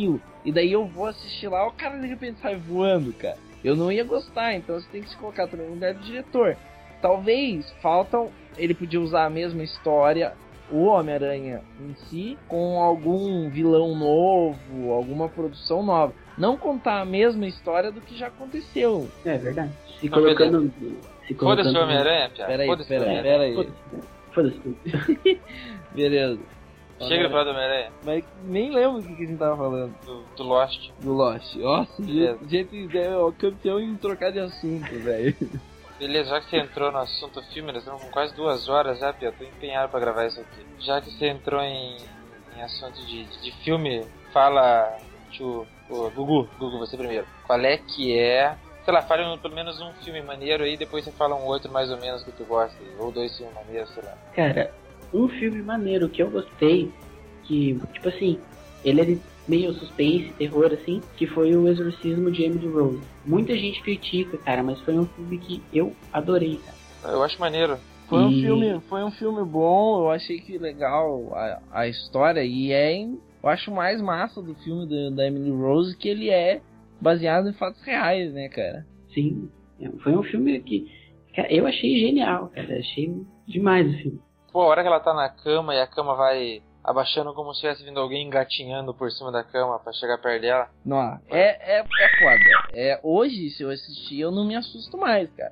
e daí eu vou assistir lá, o cara de repente sai voando, cara. Eu não ia gostar, então você tem que se colocar também no lugar do diretor. Talvez faltam, ele podia usar a mesma história, o Homem-Aranha em si, com algum vilão novo, alguma produção nova. Não contar a mesma história do que já aconteceu. É verdade. Se Não, colocando... Se Foda-se colocando o Homem-Aranha, Pia. Peraí, Foda-se o peraí, Homem-Aranha. peraí. Foda-se. Foda-se tudo. Beleza. Chega de falar do Homem-Aranha. Mas nem lembro o que que a gente tava falando. Do, do Lost. Do Lost. Nossa, Beleza. gente, é o campeão em trocar de assunto, velho. Beleza, já que você entrou no assunto filme, nós estamos com quase duas horas já, Pia. Tô empenhado pra gravar isso aqui. Já que você entrou em, em assunto de, de filme, fala... Tio, ô, Gugu, Gugu, você primeiro. Qual é que é... Sei lá, fala pelo menos um filme maneiro aí, depois você fala um outro mais ou menos que tu gosta. Ou dois filmes maneiros, sei lá. Cara, um filme maneiro que eu gostei, que, tipo assim, ele é de meio suspense, terror, assim, que foi o Exorcismo de Emily Rose. Muita gente critica, cara, mas foi um filme que eu adorei, cara. Eu acho maneiro. Foi um E- filme, foi um filme bom, eu achei que legal a, a história, e é, em- eu acho mais massa do filme do, da Emily Rose que ele é baseado em fatos reais, né, cara? Sim, foi um filme que, cara, eu achei genial, cara, achei demais o filme. Pô, a hora que ela tá na cama e a cama vai abaixando como se tivesse vindo alguém engatinhando por cima da cama pra chegar perto dela. Não, é, é, é foda. É, hoje, se eu assistir, eu não me assusto mais, cara.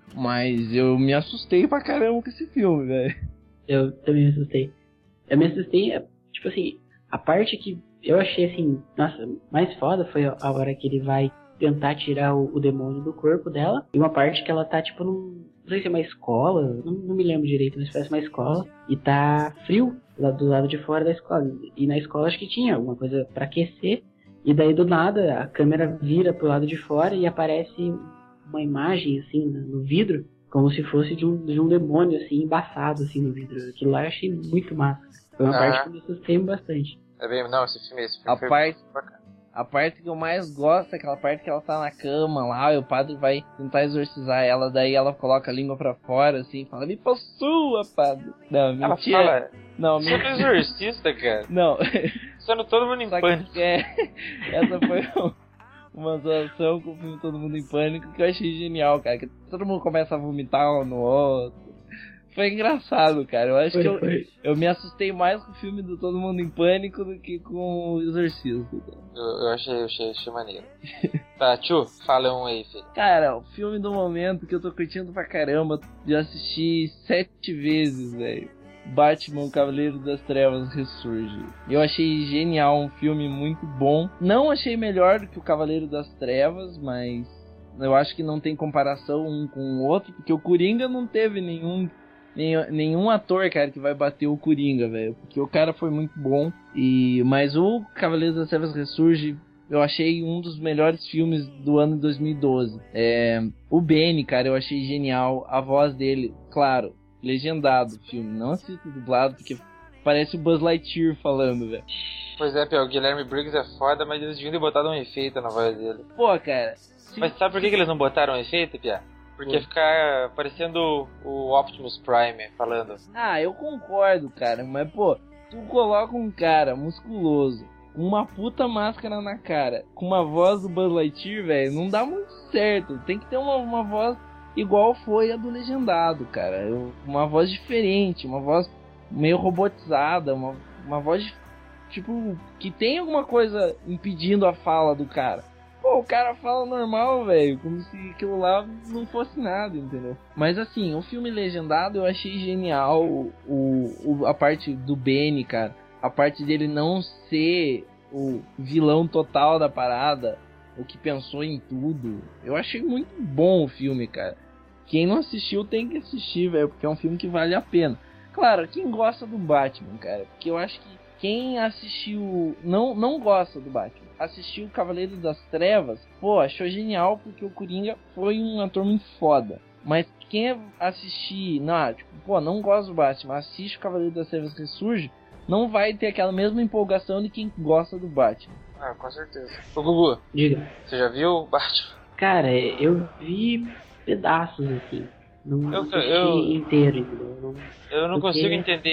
Mas eu me assustei pra caramba com esse filme, velho. Eu também me assustei. Eu me assustei, é, tipo assim, a parte que eu achei assim, nossa, mais foda foi a a hora que ele vai tentar tirar o, o demônio do corpo dela. E uma parte que ela tá, tipo, num, não sei se é uma escola, não, não me lembro direito, mas parece uma escola. E tá frio lá do lado de fora da escola. E na escola acho que tinha alguma coisa pra aquecer. E daí do nada a câmera vira pro lado de fora e aparece uma imagem assim no no vidro, como se fosse de um, de um demônio assim, embaçado assim no vidro. Aquilo lá eu achei muito massa. Foi uma Ah. parte que me assustei bastante. É bem, não, esse filme, esse filme A foi parte- bacana. A parte que eu mais gosto é aquela parte que ela tá na cama lá, e o padre vai tentar exorcizar ela, daí ela coloca a língua pra fora, assim, fala, me possua, padre. Não, Ela mentira. fala, Não, você é um mentira. exorcista, cara. Não, Sendo todo mundo em só pânico. que é, essa foi um- uma zoação com o filme Todo Mundo em Pânico que eu achei genial, cara, que todo mundo começa a vomitar um no outro. Foi engraçado, cara, eu acho Foi, que eu, foi. eu me assustei mais com o filme do Todo Mundo em Pânico do que com o Exorcismo. Eu, eu achei, eu achei, achei maneiro. Tá, tio, fala um aí, filho. Cara, o filme do momento que eu tô curtindo pra caramba, já assisti sete vezes, velho. Batman, o Cavaleiro das Trevas Ressurge. Eu achei genial, um filme muito bom. Não achei melhor do que o Cavaleiro das Trevas, mas eu acho que não tem comparação um com o outro, porque o Coringa não teve nenhum nenhum, nenhum ator, cara, que vai bater o Coringa, velho. Porque o cara foi muito bom. E mas o Cavaleiro das Trevas Ressurge, eu achei um dos melhores filmes do ano de dois mil e doze. É, o Benny, cara, eu achei genial. A voz dele, claro, legendado o filme. Não assisto dublado, porque parece o Buzz Lightyear falando, velho. Pois é, Pia, o Guilherme Briggs é foda, mas eles deviam ter botado um efeito na voz dele. Pô, cara. se- Mas sabe por que, que eles não botaram um efeito, Pia? Porque ia Pô. ficar parecendo o Optimus Prime falando. Ah, eu concordo, cara. Mas, pô, tu coloca um cara musculoso, com uma puta máscara na cara, com uma voz do Buzz Lightyear, velho, não dá muito certo. Tem que ter uma, uma voz igual foi a do Legendado, cara. Eu- uma voz diferente, uma voz meio robotizada, uma, uma voz, tipo, que tem alguma coisa impedindo a fala do cara. Pô, o cara fala normal, velho, como se aquilo lá não fosse nada, entendeu? Mas assim, o filme legendado eu achei genial, o, o, a parte do Benny, cara. A parte dele não ser o vilão total da parada, o que pensou em tudo. Eu achei muito bom o filme, cara. Quem não assistiu tem que assistir, velho, porque é um filme que vale a pena. Claro, quem gosta do Batman, cara, porque eu acho que quem assistiu, não, não gosta do Batman, assistiu Cavaleiro das Trevas, pô, achou genial porque o Coringa foi um ator muito foda. Mas quem assistir, não, tipo, pô, não gosta do Batman, assiste o Cavaleiro das Trevas Ressurge, não vai ter aquela mesma empolgação de quem gosta do Batman. Ah, com certeza. Ô Gugu, Diga. você já viu o Batman? Cara, eu vi pedaços assim. Não Eu- assisti eu- inteiro, entendeu? Não- Eu não Porque- consigo entender isso.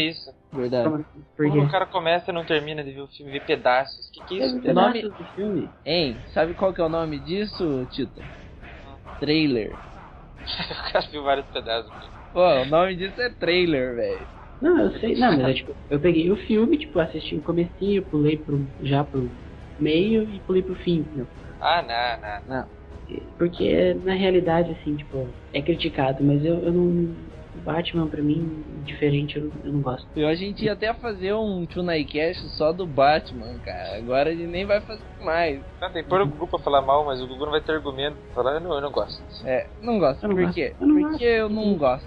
Verdade. Como assim? Por Como o quê? cara começa e não termina de ver o filme, vê pedaços. Que que é isso? O Pedaço? nome do filme? Hein, sabe qual que é o nome disso, Tito? Trailer. O cara viu vários pedaços. Pô, o nome disso é trailer, velho. Não, eu sei, não, mas é tipo, eu peguei o filme, tipo, assisti o comecinho, pulei pro, já pro meio e pulei pro fim, entendeu? Ah, não, não. Não. Porque na realidade, assim, tipo, é criticado, mas eu, eu não. Batman pra mim, diferente, eu, eu não gosto. Eu, a gente ia até fazer um Tunaicast só do Batman, cara. Agora ele nem vai fazer mais. Não, tem que pôr o Gugu pra falar mal, mas o Gugu não vai ter argumento pra falar, eu não, eu não gosto. É, não gosto. Eu não Por gosto. quê? Eu não Porque gosto. eu não gosto.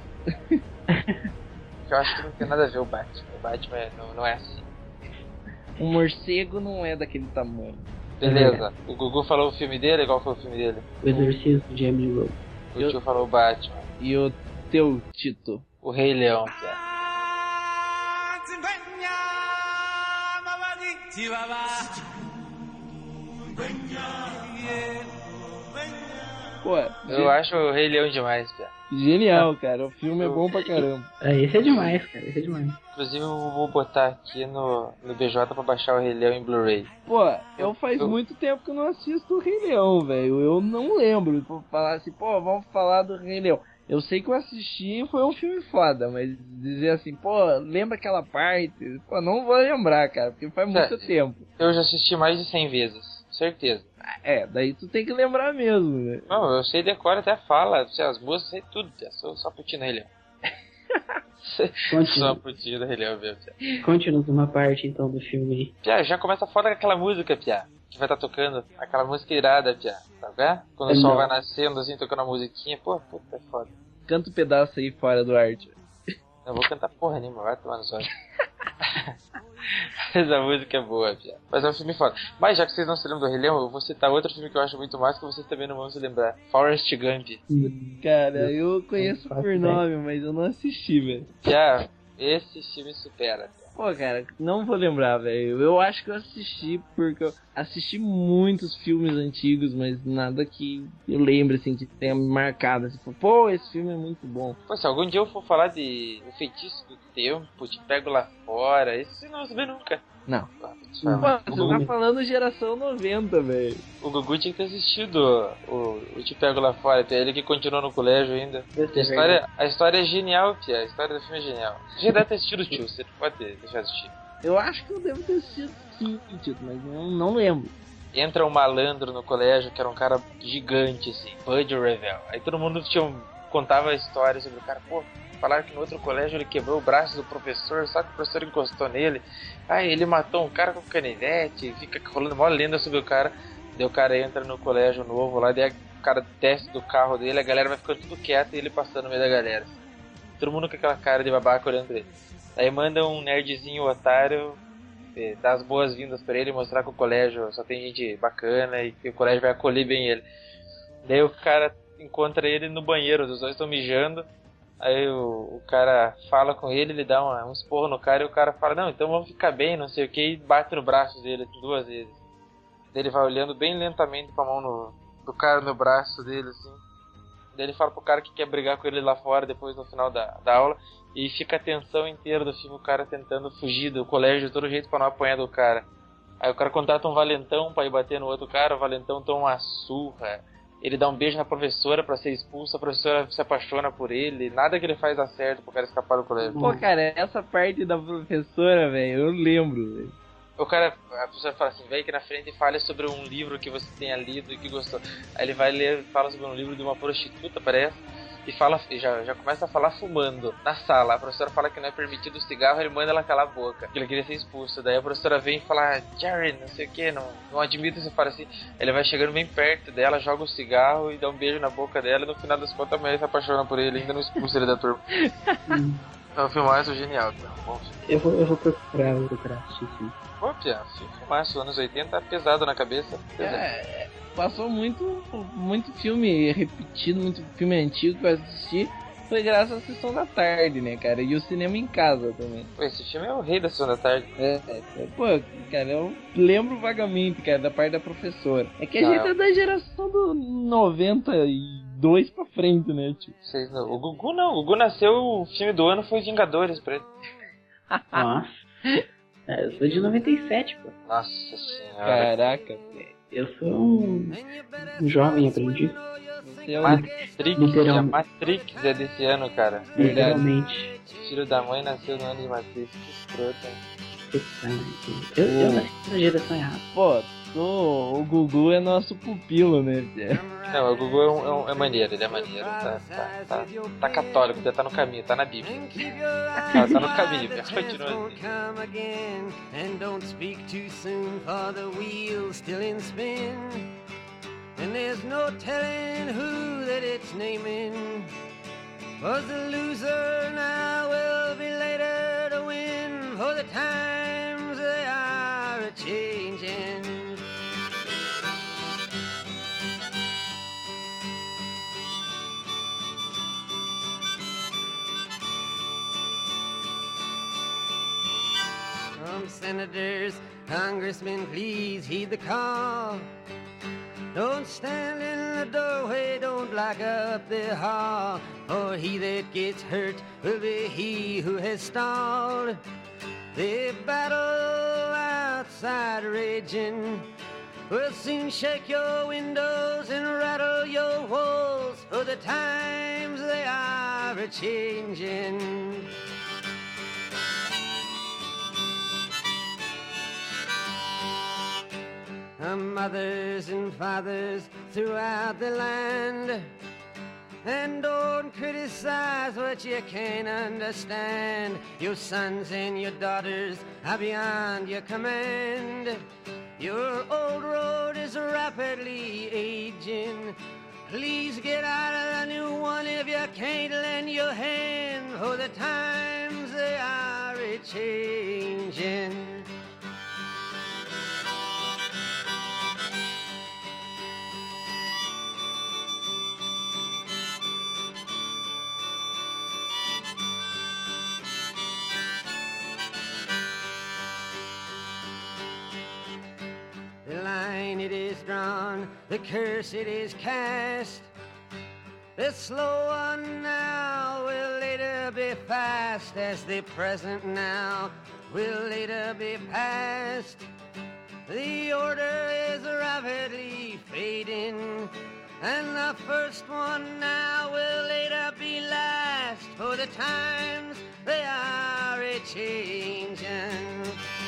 Eu acho que não tem nada a ver o Batman. O Batman é- não, não é assim. Um morcego não é daquele tamanho. Beleza, o Gugu falou o filme dele, qual foi o filme dele? O Exorcismo de Emily Rose. O Eu- tio falou o Batman. E o teu, Tito? O Rei Leão, cara. Pô, Eu acho o Rei Leão demais, cara. genial, cara. O filme é bom pra caramba. É, esse é demais, cara, esse é demais. Inclusive eu vou botar aqui no, no B J pra baixar o Rei Leão em Blu-ray. Pô, eu faz Eu- muito tempo que eu não assisto o Rei Leão, velho. Eu não lembro. Vou falar assim, pô, vamos falar do Rei Leão. Eu sei que eu assisti e foi um filme foda, mas dizer assim, pô, lembra aquela parte? Pô, não vou lembrar, cara, porque faz muito É. tempo. Eu já assisti mais de cem vezes, certeza. É, daí tu tem que lembrar mesmo, né? Não, eu sei decora até fala, sei, as músicas, sei tudo, Pia. Sou só putinho do Rei Leão. Só Continua, putinho do Rei Leão mesmo, Pia. continua uma parte então do filme aí. Pia, já começa foda com aquela música, Pia, que vai estar tocando. Aquela música irada, Pia, sabe? É? Quando o É, sol não. vai nascendo, assim, tocando a musiquinha, pô, puta, é foda. Canta um pedaço aí fora do arte. Não vou cantar porra nenhuma, vai tomar no sol. Essa música é boa, Pia. Mas é um filme foda. Mas já que vocês não se lembram do Rei Leão, eu vou citar outro filme que eu acho muito massa que vocês também não vão se lembrar. Forrest Gump. Cara, eu conheço faço por ideia. nome, mas eu não assisti, velho. Pia, esse filme supera, Pia. Pô, cara, não vou lembrar, velho. Eu acho que eu assisti porque eu assisti muitos filmes antigos, mas nada que eu lembre, assim, que tenha me marcado. Assim, pô, esse filme é muito bom. Pô, se algum dia eu for falar de O Feitiço do Tempo, Te Pego Lá Fora, isso você não vai saber nunca. Não. Pô, te Não. falar. Pô, O você Gugu, tá falando geração noventa, velho. o Gugu tinha que ter assistido o, o Te Pego Lá Fora, Pia. Ele que continuou no colégio ainda. A história, a história é genial, Pia. A história do filme é genial. Você já deve ter assistido o tio, você pode ter deixado de assistir. Eu acho que eu devo ter assistido sim, Tito, mas eu não lembro. Entra um malandro no colégio, que era um cara gigante, assim, Bud Revell. Aí todo mundo tinha, um- contava a história sobre o cara. Pô, falaram que no outro colégio ele quebrou o braço do professor, só que o professor encostou nele. Aí ele matou um cara com canivete, fica rolando uma lenda sobre o cara. Daí o cara entra no colégio novo lá, daí o cara desce do carro dele, a galera vai ficando tudo quieta e ele passando no meio da galera. Todo mundo com aquela cara de babaca olhando pra ele. Aí manda um nerdzinho otário eh, dar as boas-vindas pra ele, mostrar que o colégio só tem gente bacana e que o colégio vai acolher bem ele. Daí o cara encontra ele no banheiro, os dois estão mijando. Aí o, o cara fala com ele, ele dá uma, um esporro no cara e o cara fala, não, então vamos ficar bem, não sei o que, e bate no braço dele duas vezes. Daí ele vai olhando bem lentamente com a mão no, do cara no braço dele, assim. Daí ele fala pro cara que quer brigar com ele lá fora depois no final da, da aula. E fica a tensão inteira do filme, o cara tentando fugir do colégio de todo jeito pra não apanhar do cara. Aí o cara contrata um valentão pra ir bater no outro cara, o valentão toma uma surra. Ele dá um beijo na professora pra ser expulso, a professora se apaixona por ele. Nada que ele faz dá certo pro cara escapar do colégio. Pô, cara, essa parte da professora, velho, eu lembro, velho. O cara, a professora fala assim, vem aqui na frente e fale sobre um livro que você tenha lido e que gostou. Aí ele vai ler, fala sobre um livro de uma prostituta, parece, e fala, e já, já começa a falar fumando na sala. A professora fala que não é permitido o cigarro, ele manda ela calar a boca, que ele queria ser expulso. Daí a professora vem e fala, ah, Jerry, não sei o que, não, não admito você fala assim. Ele vai chegando bem perto dela, joga o cigarro e dá um beijo na boca dela, e no final das contas a mulher se apaixona por ele, ainda não expulsa ele da turma. É um filmaço genial, tá? Um bom filme. Eu vou, eu vou procurar, eu vou procurar assistir sim. Pô, Pia, filmaço, anos oitenta, pesado na cabeça. Pesado. É, passou muito, muito filme repetido, muito filme antigo que eu assisti. Foi graças à sessão da tarde, né, cara? E o cinema em casa também. Pô, esse filme é o rei da sessão da tarde. É, é, pô, cara, eu lembro vagamente, cara, da parte da professora. É que a Não. gente é da geração do noventa e dois pra frente, né, tio? Vocês não... O Gugu não, o Gugu nasceu, o filme do ano foi Vingadores pra ele. Nossa. É, eu sou de noventa e sete, pô. Nossa senhora. Caraca. Eu sou um, um jovem aprendiz. Você é um... Matrix, Literal- a Matrix é desse ano, cara. Verdade. Literalmente. O filho da mãe nasceu no ano de Matrix. Que escroto, hein? Eu, eu nasci na geração errada. Pô, o, o Gugu é nosso pupilo, né? Não, o Gugu é, um, é, um, é maneiro, ele é maneiro. Tá, tá, tá, tá católico, já tá no caminho, tá na Bíblia. Tá, tá no caminho, mas continua assim. Come again, and don't speak too soon, for the wheel's still in spin. And there's no telling who that it's naming. Was the loser now will be later to win, for the times they are a-changing. Some senators, congressmen, please heed the call. Don't stand in the doorway, don't block up the hall, for he that gets hurt will be he who has stalled. The battle outside raging will soon shake your windows and rattle your walls, for the times they are a-changing. Mothers and fathers throughout the land, and don't criticize what you can't understand. Your sons and your daughters are beyond your command. Your old road is rapidly aging. Please get out of the new one if you can't lend your hand, for the times they are a-changing. The line it is drawn, the curse it is cast. The slow one now will later be fast, as the present now will later be past. The order is rapidly fading, and the first one now will later be last, for the times they are a-changing.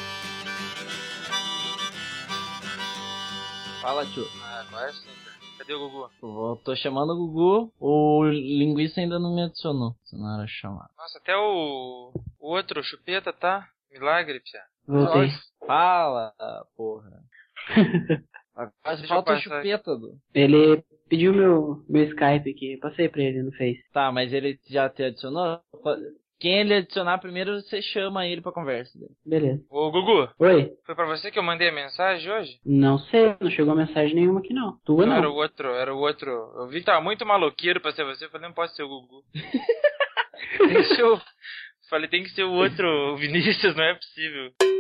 Fala, tio. Ah, agora sim, cara. Cadê o Gugu? Eu tô chamando o Gugu, o linguiça ainda não me adicionou. Se não era chamado. Nossa, até o, o outro chupeta, tá? Milagre, pia. Voltei. Fala, porra. Agora Deixa eu falta o passar chupeta, do. Ele pediu meu, meu Skype aqui, passei pra ele no Face. Tá, mas ele já te adicionou? Quem ele adicionar primeiro, você chama ele pra conversa. Daí. Beleza. Ô, Gugu, Oi? foi pra você que eu mandei a mensagem hoje? Não sei, não chegou mensagem nenhuma aqui não. Tua Não, era não. o outro, era o outro. Eu vi que tava muito maloqueiro pra ser você, eu falei, não pode ser o Gugu. Tem que ser o... Falei, tem que ser o outro, o Vinícius, não é possível.